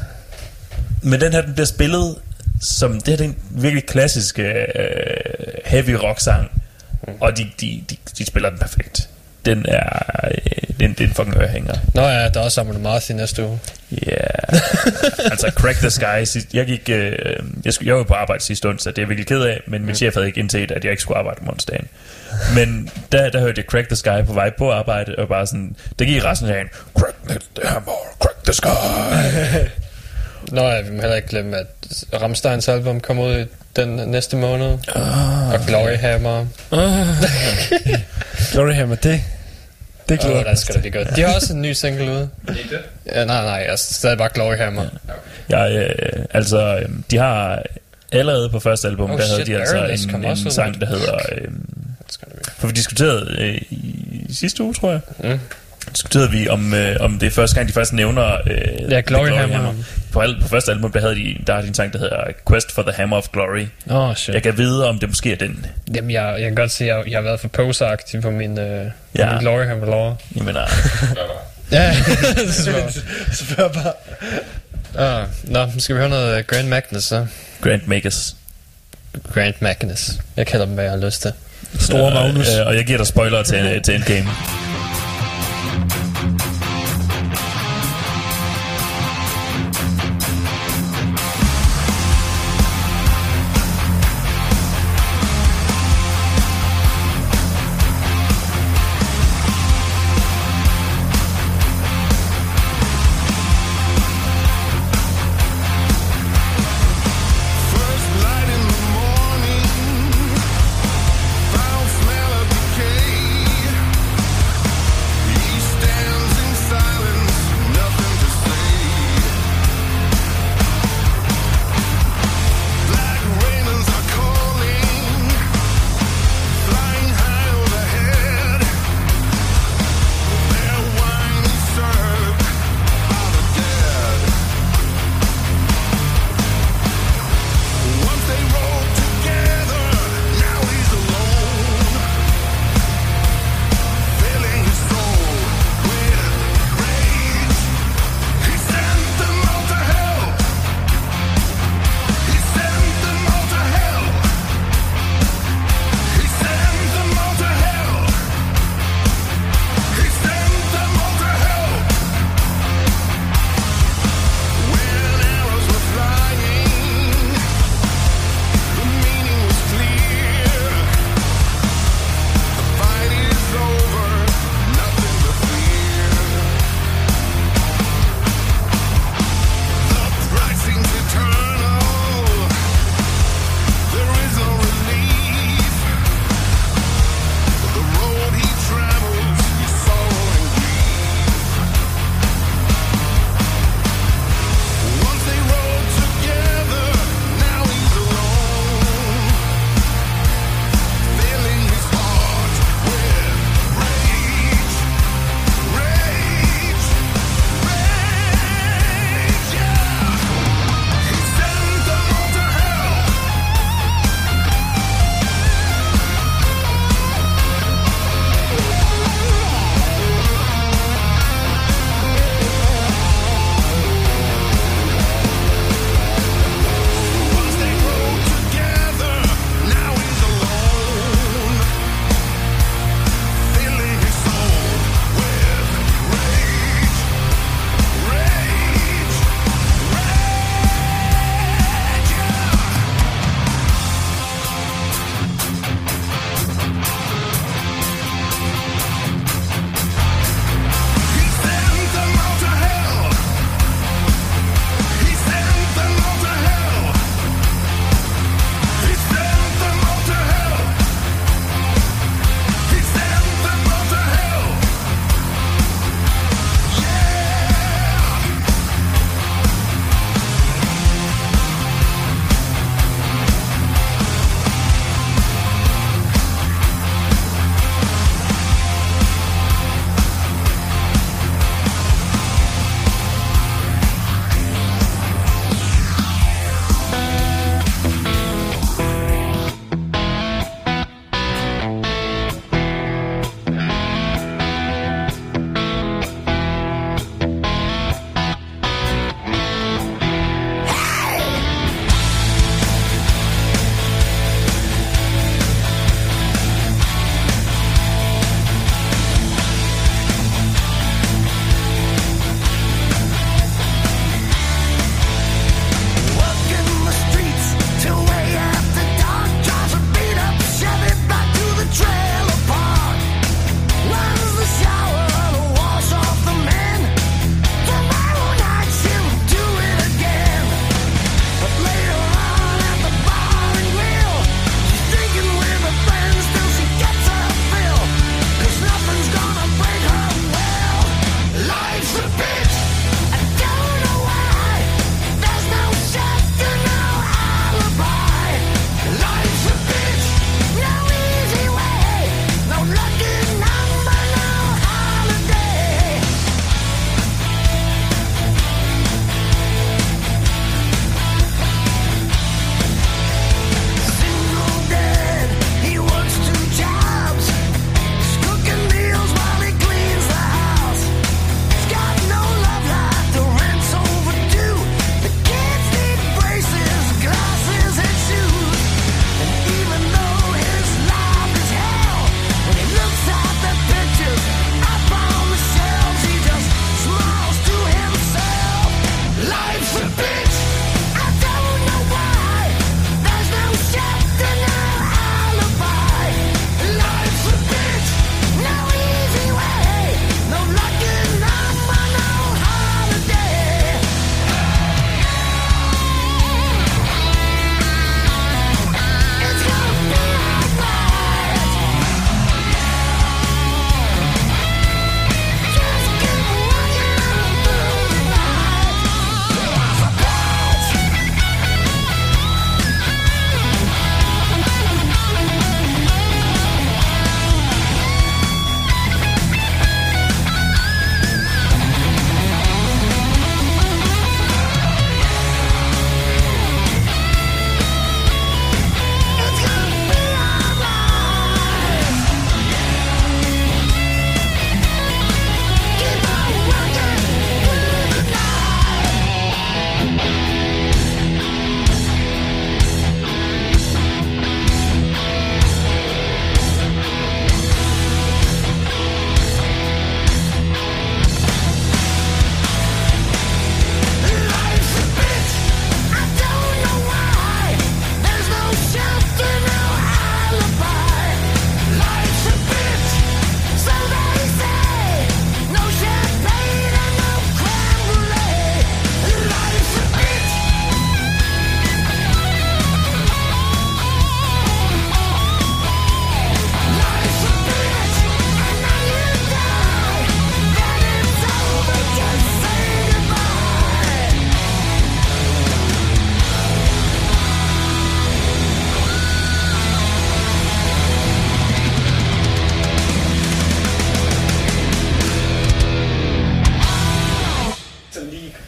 B: Men den her, den bliver spillet som... Det her det er en virkelig klassisk øh, heavy rock sang. Mm. Og de, de, de, de spiller den perfekt. Den er... Øh, det, er, det er en fucking ørehænger.
D: Nå ja, der er også Amon Amarth i næste uge.
B: Ja. Yeah. Altså, Crack the Sky. Sidst, jeg gik... Øh, jeg, skulle, jeg var på arbejde sidste onsdag, det er jeg virkelig ked af, men min mm. chef havde ikke indset, at jeg ikke skulle arbejde om onsdagen. Men der, der hørte jeg Crack the Sky på vej på arbejde, og bare sådan... Det gik resten af dagen. Crack the hammer, crack the sky.
D: Nå ja, vi må heller ikke glemme, at Rammsteins album kommer ud den næste måned.
B: Oh,
D: og Glory Hammer.
B: Oh.
C: Glory Hammer, det... Det glæder
D: oh,
C: mig.
D: skal det blive godt. De har også en ny single ude. Ja, nej, nej, jeg stadig bare Glory Hammer.
B: Ja, ja øh, altså, øh, de har allerede på første album,
D: oh,
B: der
D: shit,
B: havde de altså en, en sang, der hedder... Øh, for vi diskuterede øh, i sidste uge, tror jeg. Mm. Diskuterede vi om, øh, om det er første gang, de først nævner øh,
D: ja, Glory, Glory Hammer.
B: Hammer. På, al, på første album, der havde de, der har de en sang, der hedder Quest for the Hammer of Glory.
D: Oh, shit.
B: Jeg kan vide, om det måske er den.
D: Jamen, jeg, jeg kan godt se, at jeg, jeg har været for poser-aktiv på min, øh, ja. min Glory Hammer lore.
B: Jamen, nej.
D: Ja,
C: spørg bare.
D: Ah, nå, skal vi høre noget Grand Magnus, så?
B: Grand Magus.
D: Grand Magnus. Jeg kalder dem, hvad jeg har lyst til.
C: Store Magnus.
B: Øh, øh, og jeg giver dig spoiler til, til Endgame.
I: Foul smell of decay.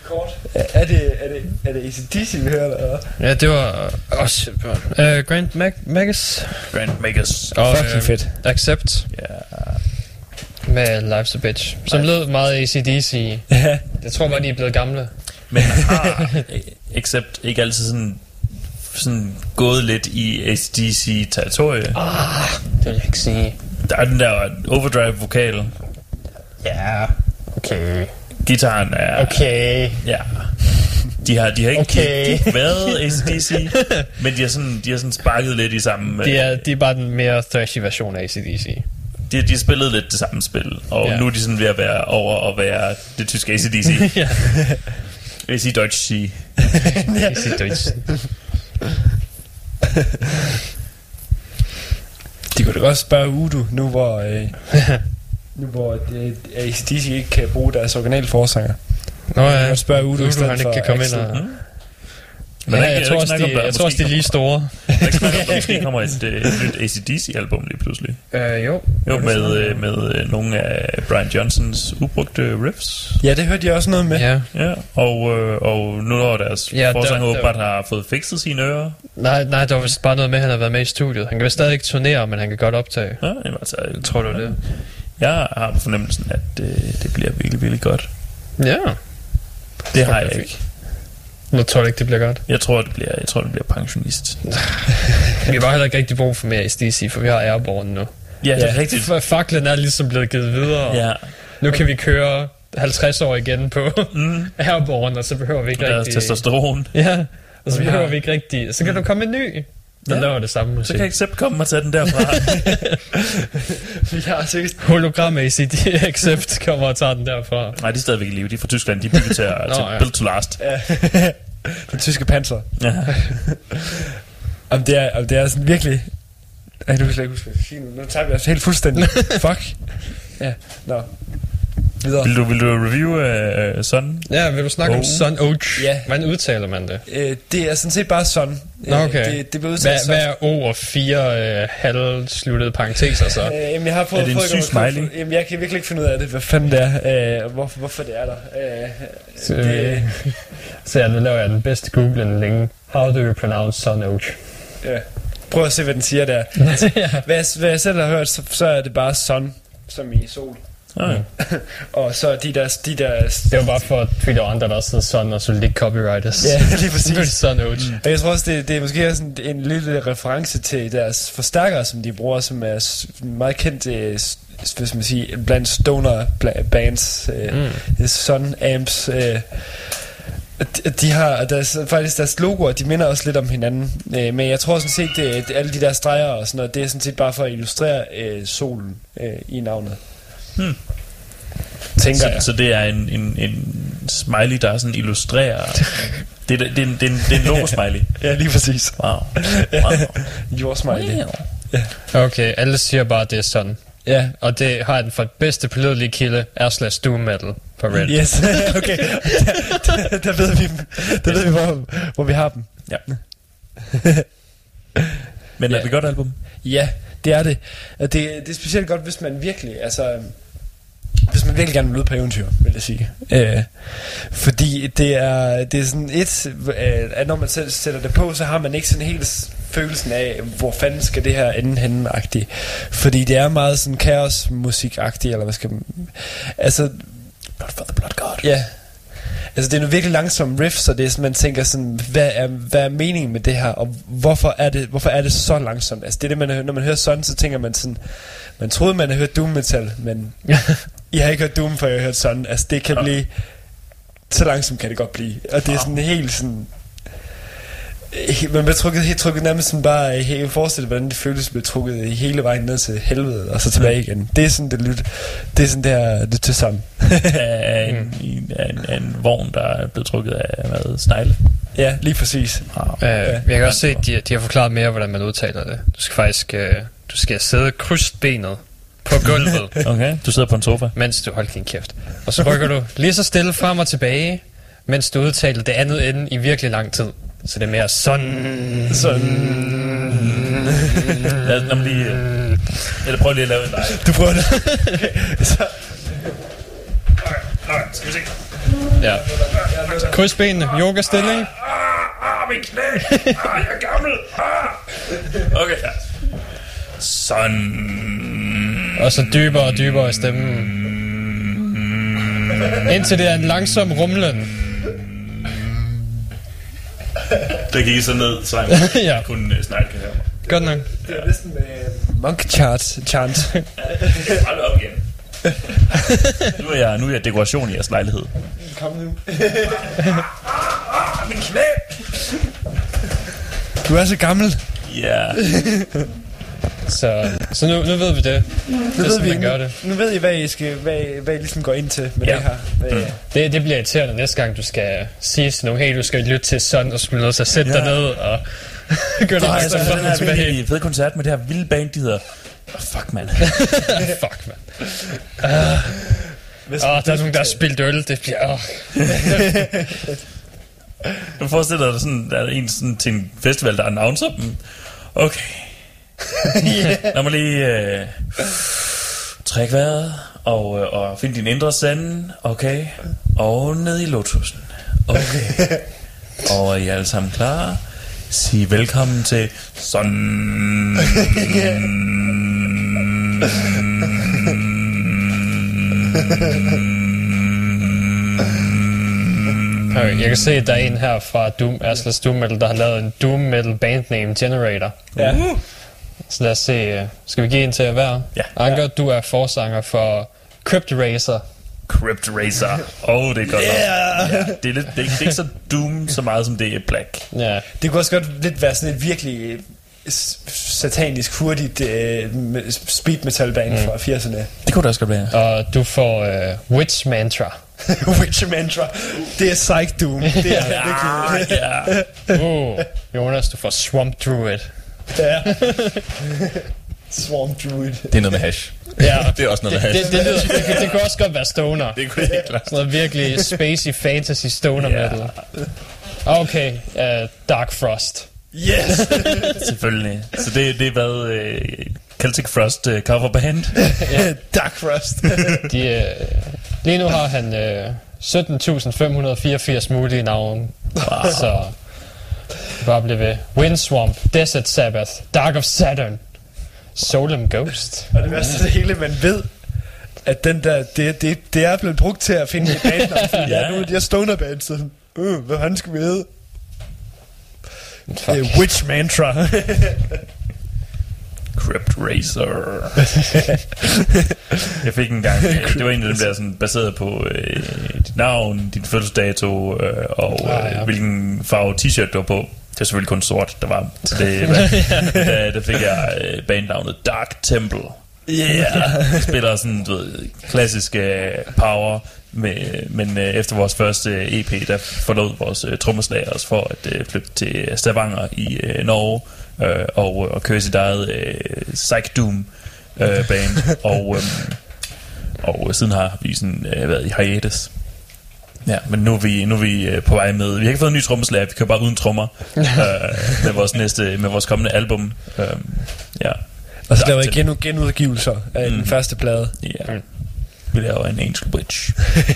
C: kort. Er det, er det, er det A C D C, vi hører, eller?
D: Ja, det var også uh, Grant Mag- Magus.
B: Grant Magus.
D: Og
C: Fucking
D: øh,
C: fedt.
D: Accept.
B: Ja.
D: Med Life's a Bitch. Som lød meget A C D C.
C: Ja.
D: Jeg tror bare, de er blevet gamle.
B: Men har Accept ikke altid sådan, sådan gået lidt i A C D C-territorie?
D: Ah, det vil jeg ikke sige.
B: Der er den der overdrive-vokal.
D: Ja, okay.
B: Gitaren er...
D: Okay.
B: Ja. De har, de har ikke
D: Okay.
B: de, de har været A C D C, men de har, sådan, de har sådan sparket lidt i samme...
D: De er, de er bare den mere thrashy version af A C D C.
B: De, de har spillet lidt det samme spil, og
D: Ja.
B: nu er de sådan ved at være over at være det tyske A C D C.
D: Ja.
B: A C Deutsch C.
D: A C Deutsch.
C: De kunne da godt spørge Udo, nu hvor, øh, nu hvor øh, A C D C ikke kan bruge deres originale forsanger.
D: Nå ja,
C: De kan godt spørge Udo, i
D: Udo
C: stedet
D: han ikke
C: for
D: kan komme ind
C: Axel.
D: og...
B: Mm.
D: Men ja,
B: der-
D: jeg,
B: der
D: tror
B: ikke
D: også,
B: snakke om,
D: de,
B: der
D: jeg tror også, de er lige store.
B: Der er ikke snakke om, der måske kommer et, øh, et nyt A C D C-album lige pludselig.
D: Øh, jo.
B: Jo, med, øh, med øh, nogle af Brian Johnsons ubrugte riffs.
C: Ja, det hørte jeg også noget med.
D: Ja.
B: Ja, og, øh, og nu når deres
D: Ja,
B: ja,
D: der-
B: forsanger
D: der-
B: åbenbart har fået fikset sine ører.
D: Nej, nej, der var vist bare noget med, at han har været med i studiet. Han kan vist stadig ikke turnere, men han kan godt optage.
B: Ja, jamen, altså,
D: Jeg tror du det?
B: Jeg har på fornemmelsen, at øh, det bliver virkelig, virkelig godt.
D: Ja.
B: Det har
D: Fuck,
B: jeg
D: det er
B: ikke.
D: Nu tror jeg ikke, det bliver godt.
B: Jeg tror, det bliver, jeg tror, det bliver pensionist.
D: Vi har bare heller ikke rigtig brug for mere A C D C, for vi har Airborne nu.
B: Ja, det er rigtigt.
D: F- Faklen er ligesom blevet givet videre.
B: Ja,
D: Nu kan vi køre halvtreds år igen på
B: mm,
D: Airborne, og så behøver vi ikke
B: deres
D: rigtig...
B: testosteron.
D: Ja, og så
B: Og vi
D: behøver
B: har-
D: vi ikke rigtig... Så kan du komme med ny, der
B: Ja.
D: laver det samme
B: Så
D: musik.
B: kan Accept komme og tage den derfra.
C: Vi har sikkert...
D: Hologram A C D Accept kommer og tager den derfra.
B: Nej, de er stadigvæk i live. De er fra Tyskland. De er bygget til, at,
D: Nå,
B: til
D: ja.
B: build to last.
C: Ja. Den tyske panser.
B: Ja.
C: Om det er, om det er sådan virkelig... Ej, nu kan jeg slet ikke huske, hvad jeg skal sige nu. Nu tager vi os helt fuldstændig. Fuck. Ja, nå. Videre.
B: Vil du, vil du review uh, sådan?
D: Ja, vil du snakke
B: Oh.
D: om Sun Oach?
C: Ja.
D: Hvordan udtaler man det?
C: Øh, det er sådan set bare sådan.
D: Nå, okay.
C: Øh, det, det bliver
D: Hvad,
C: udtalt
D: hvad er O og fire øh, halvsluttede parenteser så?
C: Øh, jamen, jeg har fået,
B: Er det en
C: fået-
B: syg
C: fået-
B: smiley?
C: Jamen, jeg kan virkelig ikke finde ud af det, hvad fanden det er. Øh, hvorfor, hvorfor det er der. Øh,
D: Så,
C: det,
D: så jeg, nu laver jeg den bedste googling længe. How do you pronounce Sun Oach?
C: ja. Prøv at se, hvad den siger der.
D: Ja.
C: Hvad, jeg- hvad jeg selv har hørt, så, så er det bare sun, som i sol.
B: Okay.
C: Og så de der... De der
D: Det var bare for, fordi der var andre, der også hed Sun, og så ville de ikke copyrightes.
C: ja, lige
D: Så nu er det
C: præcis.
D: Sun Oach.
C: Og jeg tror også, det, det er måske også en, en lille reference til deres forstærkere, som de bruger, som er s- meget kendt, øh, s- hvis man siger, blandt stoner bla- bands. Øh, mm. Sun Amps. Øh, de, de har deres, faktisk deres logoer, de minder også lidt om hinanden. Øh, men jeg tror sådan set, det, det, alle de der streger og sådan noget, det er sådan set bare for at illustrere øh, solen øh, i navnet.
B: Hmm.
C: Tænker
B: Så,
C: jeg.
B: så det er en, en, en smiley, der sådan illustrerer... det, er, det, er en, det, er en, det er en logo-smiley.
C: Ja, lige præcis.
B: Wow. Wow.
C: Jordsmiley.
D: Okay, alle siger bare, at det er Sun.
C: Ja.
D: Og det har den for det bedste pålidelige kilde, er slash doom metal på Reddit.
C: Yes, okay. Der, der, der ved vi, der ved vi hvor, hvor vi har dem.
B: Ja. Men er
C: Ja.
B: det et godt album?
C: Ja, det er det. Og det, det er specielt godt, hvis man virkelig, altså, hvis man virkelig gerne vil ud på eventyr, vil jeg sige. Øh, fordi det er, det er sådan et, øh, at når man selv sætter det på, så har man ikke sådan helt følelsen af, hvor fanden skal det her ende henne-agtigt. Fordi det er meget sådan kaos-musik-agtigt, eller hvad skal man... Altså...
B: Blood for the Blood God.
C: Ja. Altså det er nogle virkelig langsomme riffs, så det er sådan, man tænker sådan, hvad er, hvad er meningen med det her, og hvorfor er det, hvorfor er det så langsomt? Altså det er det, man, når man hører sådan, så tænker man sådan, man troede, man havde hørt doom metal, men I har ikke hørt doom, før jeg har hørt sådan. Altså det kan blive, så langsomt kan det godt blive, og det er sådan helt sådan, man bliver trukket, helt trukket nærmest sådan bare, jeg kan forestille hvordan det føles at blive trukket hele vejen ned til helvede, og så tilbage igen. Det er sådan, det lyt, det er sådan der, det til sammen.
B: Af en, en, af en, af en vogn, der er blevet trukket af hvad, snegle.
C: Ja, lige præcis.
B: Wow.
D: Uh, jeg kan også se, at de, de har forklaret mere, hvordan man udtaler det. Du skal faktisk uh, du skal sidde krydset benet på gulvet,
B: Okay, du sidder på en sofa.
D: mens du holder din kæft. Og så rykker du lige så stille frem og tilbage, mens du udtaler det andet ende i virkelig lang tid. Så det er mere sådan.
C: Sådan.
B: Lad os lige... øh, Eller prøv lige at lave en leg.
C: Du prøver det.
B: Okay, okay, skal vi se.
D: Ja. Krydsbenene, yoga-stilling.
B: Ah, ah, min knæ. Ah, jeg er gammel. Ah. Okay, ja. Sådan.
D: Og så dybere og dybere i stemmen. Indtil det er en langsom rumlen.
B: Det gik så ned, så jeg
D: ja.
B: kunne uh, snakke her.
D: Godt nok.
C: Det er næsten med monk chart chant.
B: Hold op igen. nu, er jeg, nu er jeg dekoration i jeres lejlighed.
C: Kom nu.
B: Min knæ.
C: Du er så gammel.
B: Ja.
D: Så, så nu, nu ved vi det.
C: Nu
D: det
C: ved vi,
D: man gør det.
C: Nu ved I, hvad I, skal, hvad, hvad I ligesom går ind til med
B: ja.
C: det her. Hvad,
D: mm. det, det bliver irriterende næste gang, du skal sige sådan nogle, hey, du skal lytte til sådan, og så bliver du nødt til at sætte ja. dig ned og gøre det.
B: Altså, den her virkelig fede koncert med det her vilde band, de hedder... Oh, fuck, man.
D: fuck, man. Åh, uh, oh, der er nogen, der har spildt øl. Det bliver... Oh.
B: Du forestiller dig sådan, der er en sådan, til en festival, der annoncer dem. Okay. yeah. Lad mig lige øh, trække vejret og, øh, og finde din indre sande. Okay. Og ned i lotusen. Okay. Og er I alle sammen klar? Sig velkommen til sådan.
D: Okay, jeg kan se, at der er en her fra Doom, Atlas Doom Metal, der har lavet en Doom Metal bandname generator.
C: Ja.
D: Uh. Så lad os se. Skal vi give en til hver?
B: Ja.
D: Anker, ja. Du er forsanger for Crypt Racer.
B: Crypt Racer. Åh, oh, det er godt yeah. ja, det, er lidt, det, er, det er ikke så Doom så meget som det er Black.
C: Ja. Det kunne også godt lidt være sådan et virkelig satanisk hurtigt uh, speed metal band mm. fra firserne.
B: Det kunne det også godt være.
D: Og du får uh, Witch Mantra.
C: Witch Mantra. Det er Psych Doom. Det er
B: ja,
C: virkelig.
D: Ja. Uh, Jonas, du får Swamp Druid.
C: Ja. Swamp Druid.
A: Det er noget med hash.
D: Ja.
A: Det er også noget med hash.
D: Det, det, det, det, det, det kunne også godt være stoner.
A: Det kunne ikke klart.
D: Sådan noget virkelig spacey fantasy stoner
B: yeah.
D: metal. Okay, uh, Dark Frost.
C: Yes.
B: Selvfølgelig. Så det, det er hvad uh, Celtic Frost uh, coverband.
C: yeah. Dark Frost.
D: De, uh, lige nu har han uh, sytten tusind fem hundrede og fireogfirs mulige navne. Wow. Så bare blive ved. Windswamp, Desert Sabbath, Dark of Saturn, Solemn Ghost.
C: Og det værste det hele, man ved, at den der, det, det, det er blevet brugt til at finde et band, fordi ja. Der er nogle af de her stoner band, så øh, hvad han skal vi hedde? Uh, Witch Mantra.
B: Crypt Racer. Jeg fik en gang, det var en af dem der sådan, baseret på øh, dit navn, din fødselsdato øh, og øh, ah, ja. hvilken farve t-shirt du var på. Det er selvfølgelig kun sort, der var. Så det, der, der fik jeg øh, bandnavnet Dark Temple. Yeah. Spiller sådan, du ved, klassisk øh, power. Med, men øh, efter vores første øh, E P, der forlod vores øh, trommeslager os for at øh, flytte til Stavanger i øh, Norge øh, og, og køre sit eget øh, Psych Doom øh, band. og, øh, og siden har vi sådan, øh, været i hiatus. Ja, men nu er vi, nu er vi øh, på vej med. Vi har ikke fået en ny trommeslager, vi kører bare uden trommer øh, med vores næste, med vores kommende album. Øh, ja.
C: Og så laver vi genu- genudgivelser af mm. den første plade.
B: Ja. Mm. Vi laver en Angel Witch.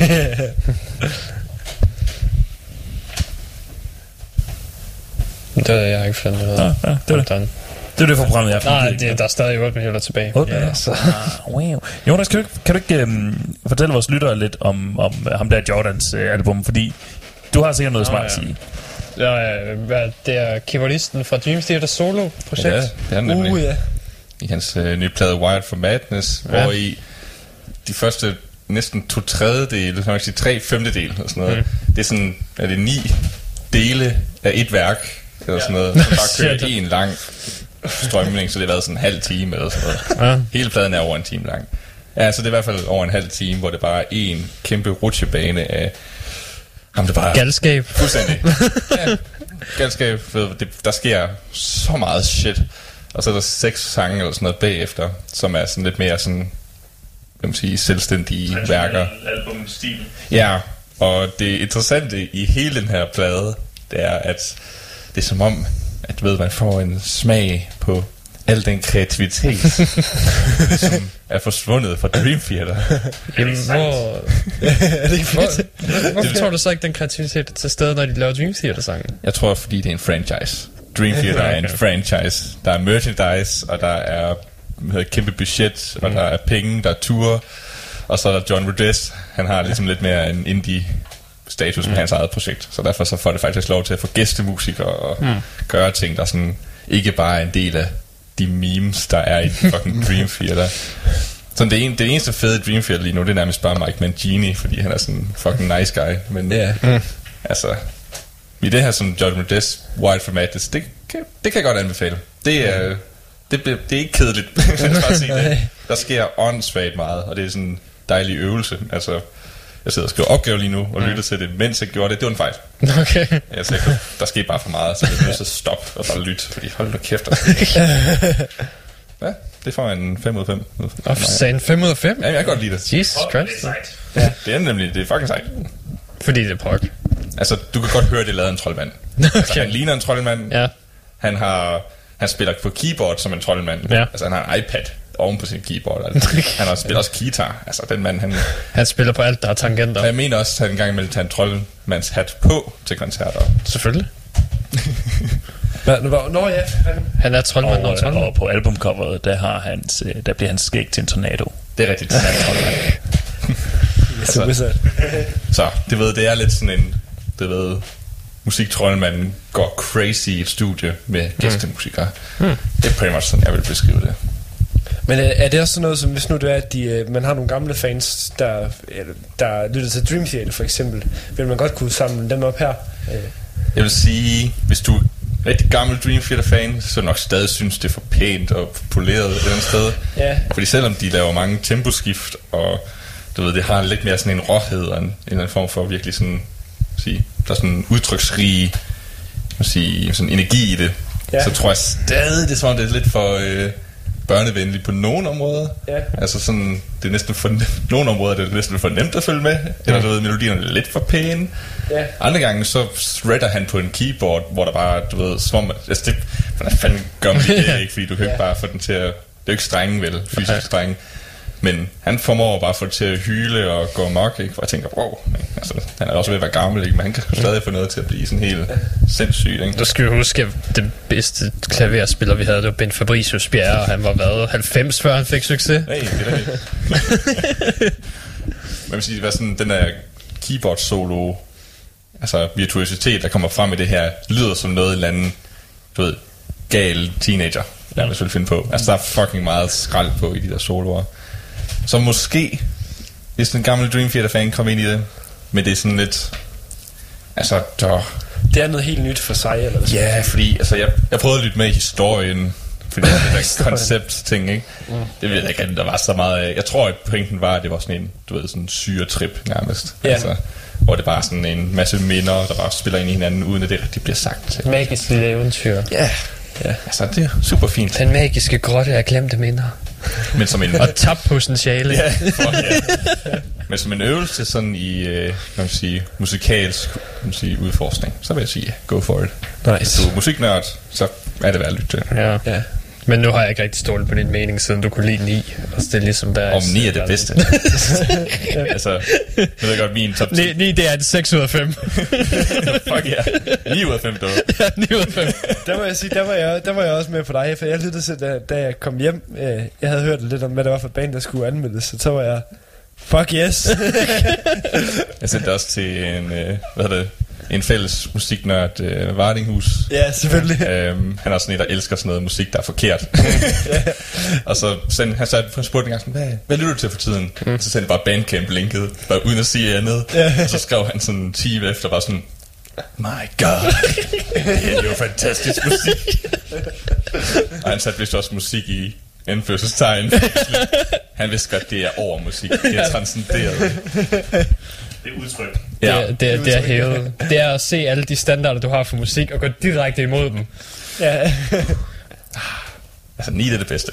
D: Det er jeg ikke fundet ud af.
B: Ja, ja, det er det. Det er det for programmet, jeg
D: har. Nej, det, der er stadig otte minutter tilbage.
B: otte ja, så. Ah, wow. Jonas, kan du, kan du ikke um, fortælle vores lyttere lidt om, om uh, ham der Jordans uh, album? Fordi du har sikkert noget
D: Nå,
B: smart
D: ja.
B: at sige.
D: Ja, det er keyboardisten fra Dream Theater Solo-projekt.
A: Ja, det er nemlig.
C: Uh, ja.
A: I hans øh, nye plade Wired for Madness, ja. Hvor i de første næsten to tredjedele, så kan man sige tre femtedele og sådan noget. Mm. Det er sådan, er det ni dele af et værk, eller ja. Sådan noget. Så bare kører en lang strømning, så det har været sådan en halv time eller sådan noget. Ja. Hele pladen er over en time lang. Ja, så det er i hvert fald over en halv time, hvor det bare er en kæmpe rutsjebane af ham, det bare
D: galskab.
A: Fuldstændig. Ja, galskab. Det, der sker så meget shit. Og så er der seks sange eller sådan noget bagefter, som er sådan lidt mere sådan, kan man sige, selvstændige værker.
B: Albumstil.
A: Ja, og det interessante i hele den her plade, det er, at det er som om, at ved, man får en smag på al den kreativitet, som er forsvundet fra Dream Theater.
D: Jamen, hvor...
C: Er det ikke
D: hvor, hvor hvorfor tror du så ikke, den kreativitet er til stede, når de laver Dream Theater-sangen?
A: Jeg tror, fordi det er en franchise. Dream Theater er en franchise. Der er merchandise, og der er et kæmpe budget, og mm. der er penge, der er ture, og så er der John Rudess. Han har ligesom lidt mere en indie-status mm. med hans eget projekt, så derfor så får det faktisk lov til at få gæstemusikere og mm. gøre ting, der sådan ikke bare er en del af de memes, der er i fucking Dream Theater. Så det, en, det eneste fede Dream Theater lige nu, det er nærmest bare Mike Mangini, fordi han er sådan en fucking nice guy. Men yeah. mm. altså, i det her som John Rudess, Wild for Madness, det, kan, det kan jeg godt anbefale. Det er, det, det, det er ikke kedeligt. Bare sige det. Der sker åndssvagt meget, og det er sådan en dejlig øvelse. Altså, jeg sidder og skriver opgave lige nu, og lytter til det, mens jeg gjorde det. Det var en fejl.
D: Okay.
A: Altså, jeg, der skete bare for meget, så jeg nødt til at stoppe og bare lytte, fordi hold nu kæft. Ja, det får en fem ud af fem.
D: Og sagde en fem ud af fem?
A: Ja, jeg kan godt lide det.
D: Jesus Christ.
A: Ja, det er nemlig, det er fucking sejt.
D: Fordi det er prog.
A: Altså, du kan godt høre, det er lavet en troldmand. Okay. Altså, han ligner en troldmand.
D: Ja.
A: Han har, han spiller på keyboard som en troldmand.
D: Ja.
A: Altså, han har en iPad oven på sin keyboard. Altså. Han har spiller også guitar. Altså, den mand, han...
D: Han spiller på alt, der er tangenter.
A: Jeg mener også, at han en gang imellem tager en troldmands hat på til koncerter.
D: Selvfølgelig.
C: Nå ja,
D: han er troldmand og,
B: og, og på albumcoveret, der, har hans, der bliver hans skæg til en tornado.
A: Det er rigtigt. Han er troldmand. Altså, så det ved, det er lidt sådan en, det ved, musiktroldmanden går crazy i et studie med gæstemusikere. Mm. Det er pretty much sådan, jeg vil beskrive det.
C: Men er det også sådan noget, som hvis nu det er, at de, man har nogle gamle fans, der, der lytter til Dream Theater for eksempel, vil man godt kunne samle dem op her?
A: Jeg vil sige, hvis du er rigtig gammel Dream Theater fan, så nok stadig synes, det er for pænt og poleret et eller andet sted. Ja. Fordi selvom de laver mange temposkift, og du ved, det har lidt mere sådan en råhed og en, en eller anden form for virkelig sådan, sige, der er sådan en udtryksrig, sige, sådan energi i det, ja. Så tror jeg stadig, det er som om det er lidt for øh, børnevenligt på nogle områder. Ja. Altså sådan, det er næsten for nogle områder, det er næsten for nemt at følge med, eller du ved, melodierne er lidt for pæne. Ja. Andre gange så shredder han på en keyboard, hvor der bare, du ved, som om, altså det, hvordan fanden gør man det, ikke? Fordi du kan ikke bare få den til at, det er jo ikke strenge vel, fysisk okay. strenge. Men han formår bare at få det til at hyle og gå amok, ikke? For jeg tænker, wow, ikke? Altså, han er også ved at være gammel, ikke? Men han kan stadig få noget til at blive sådan helt sindssygt, ikke?
D: Du skal jo huske, at det bedste klaverspiller, vi havde, det var Ben Fabricius Bjerre, og han var været halvfems, før han fik succes.
A: Nej, det er det. Man vil sige, det var sådan, den der keyboard solo, altså virtuositet, der kommer frem i det her, lyder som noget eller andet, du ved, gal teenager, der vil selvfølgelig finde på. Altså, der er fucking meget skrald på i de der soloer. Så måske, hvis en gammel Dream Theater-fan kommer ind i det, men det er sådan lidt, altså, der...
C: Det er noget helt nyt for sig, eller hvad?
A: Ja, fordi, altså, jeg, jeg prøvede at lytte med i historien, fordi det er det der koncept-ting, ikke? Mm. Det ved jeg ikke, der var så meget af. Jeg tror, at pointen var, at det var sådan en, du ved, sådan en syretrip nærmest. Ja. Altså, hvor det bare sådan en masse minder, der bare spiller ind i hinanden, uden at det rigtig bliver sagt.
D: Magisk lille eventyr.
A: Ja. Ja, altså det er super fint.
D: Den magiske grotte af glemte minder.
A: Men som en
D: og tabt potentiale.
A: Ja, for, ja. Men som en øvelse sådan i, øh, kan man sige, musikalsk, kan man sige, udforskning, så vil jeg sige, go for it.
C: Nice.
A: Hvis du er musiknørd, så er det værd at lytte til.
D: Ja. Ja. Men nu har jeg ikke rigtig stolet på din mening, siden du kunne lide ni. Og det er ligesom der.
A: Om ni er det bedste. Altså, nu ved jeg godt, min top ti.
D: ni, ni det er en seks ud af fem.
A: Fuck ja. Yeah. ni ud af fem, dog.
D: Ja, ni ud af fem.
C: Der må jeg sige, der var jeg, der var jeg også med på dig, for jeg lyttede til, da, da jeg kom hjem. Jeg havde hørt lidt om, hvad det var for band, der skulle anmeldes, så så var jeg, fuck yes.
A: Jeg sendte også til en, hvad hedder det, en fælles musiknørd, øh, Vardinghus.
C: Ja, selvfølgelig.
A: øhm, Han er sådan en, der elsker sådan noget musik, der er forkert. Og så sendte han så på spurgte en gang sådan, hvad, hvad lytter du til for tiden? Mm. Og så sendte bare Bandcamp-linket, bare uden at sige andet. Ja. Og så skrev han sådan en time efter, bare sådan, my god, det er jo fantastisk musik. Og han satte vist også musik i anførselstegn. Han vidste godt, det er over musik. Det er transcenderet.
B: Det er udtryk.
D: Ja. Det, er, det, er, det, er hævet. Det er at se alle de standarder, du har for musik, og gå direkte imod dem.
C: Ja.
A: Altså, ni er det bedste.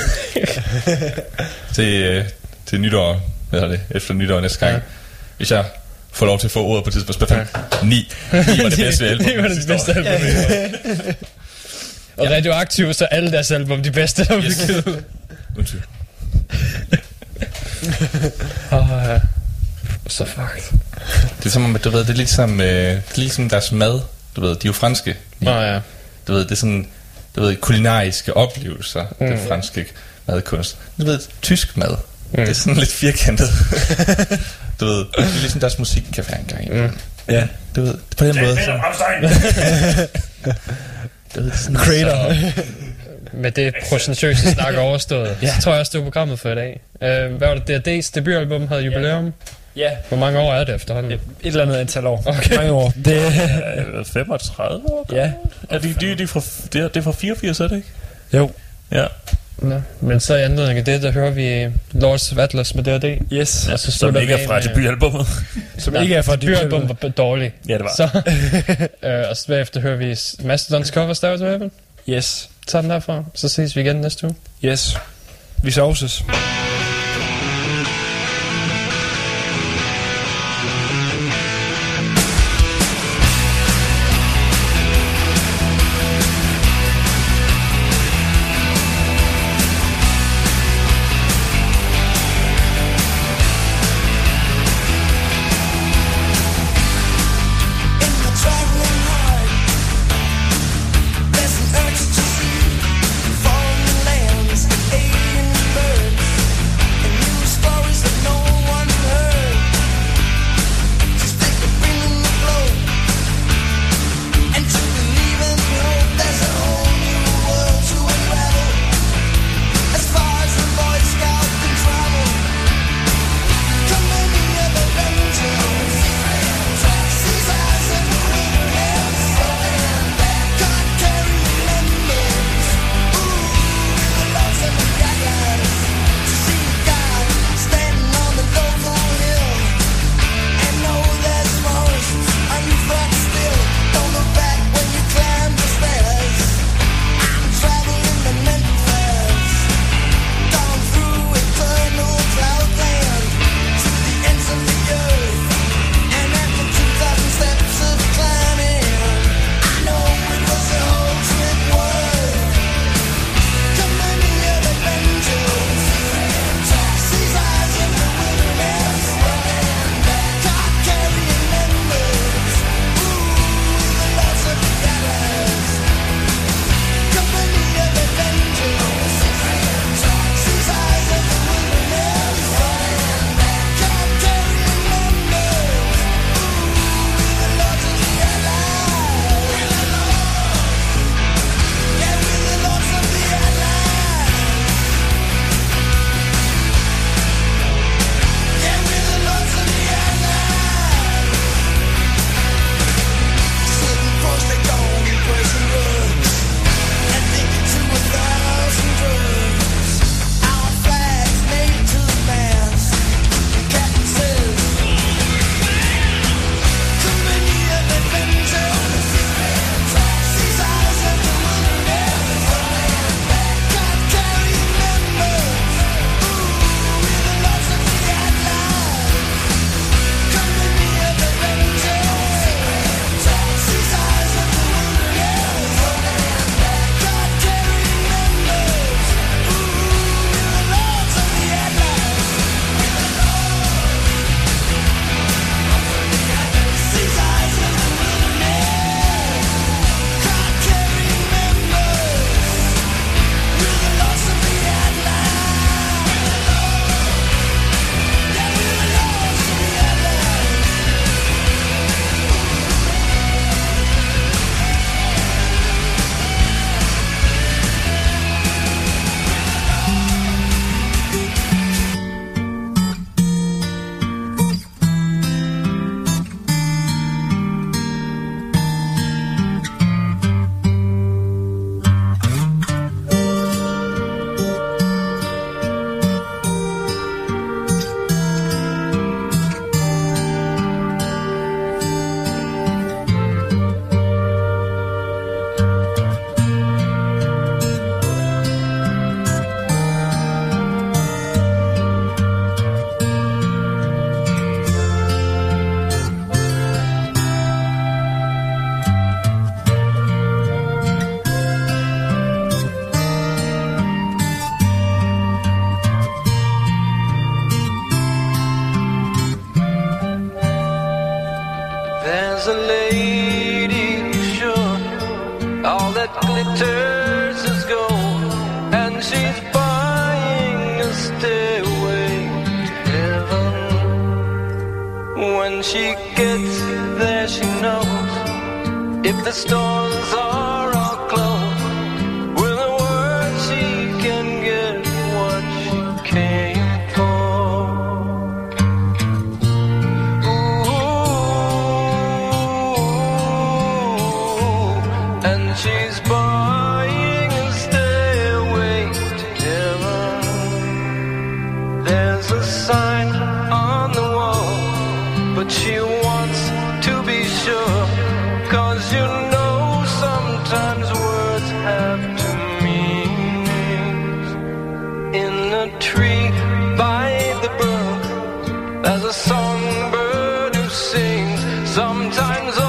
A: til, til nytår, hvad er det, efter nytår næste gang. Ja. Hvis jeg får lov til at få ordet på tidspunkt, så ni. Ni var det bedste album.
D: Ni var det bedste album. Og ja. Radioaktiv, så alle deres album de bedste, der er
A: Yes.
D: udgivet.
A: Undskyld.
D: Og uh, så fucked.
A: Det er som om, at du ved, det er ligesom, øh, det er ligesom deres mad. Du ved, de er jo franske.
D: Nå ja.
A: Du ved, det er sådan, du ved, kulinariske oplevelser, mm. det franske madkunst. Du ved, tysk mad. Mm. Det er sådan lidt firkantet. Du ved, det er ligesom deres musikcafé engang. Mm.
C: Ja.
A: Du ved, på den måde. Så, du ved, det er sådan,
C: Crater.
D: Med det procentøse snak overstået, ja. Så tror jeg også, det var programmet for i dag. Uh, hvad var det? D og D's debutalbum havde jubilæum.
C: Ja.
D: Hvor mange år er det efterhånden?
C: Et eller andet antal år.
D: Okay.
C: Mange år. Det
B: er femogtredive år.
C: Ja.
B: Er de, de, de fra, det, er, det er fra fireogfirs, er det ikke?
C: Jo.
B: Ja.
D: Ja. Men så i anledning af det, der hører vi Lords of Atlas med D og D.
C: Yes.
D: Og så
B: Som ikke er fra debutalbummet.
C: Som ikke er fra
D: debutalbummet. Debutalbum var dårligt.
B: Ja, det var.
D: Så, øh, og så bagefter hører vi Mastodons cover Stairway to Heaven.
C: Yes.
D: Tag den derfra. Så ses vi igen næste uge.
C: Yes. Vi sovses.
F: Fallen lands, alien birds.
I: There's a lady who's sure all that glitters is gold, and she's buying a stairway to heaven. When she gets there, she knows if the stores are all closed, with a word she can get what she came for. Ooh, and she's buying a stairway to heaven. There's a sign on the wall, but she wants to be sure, 'cause you know sometimes words have two meanings. In a tree by the brook, there's a songbird who sings. Sometimes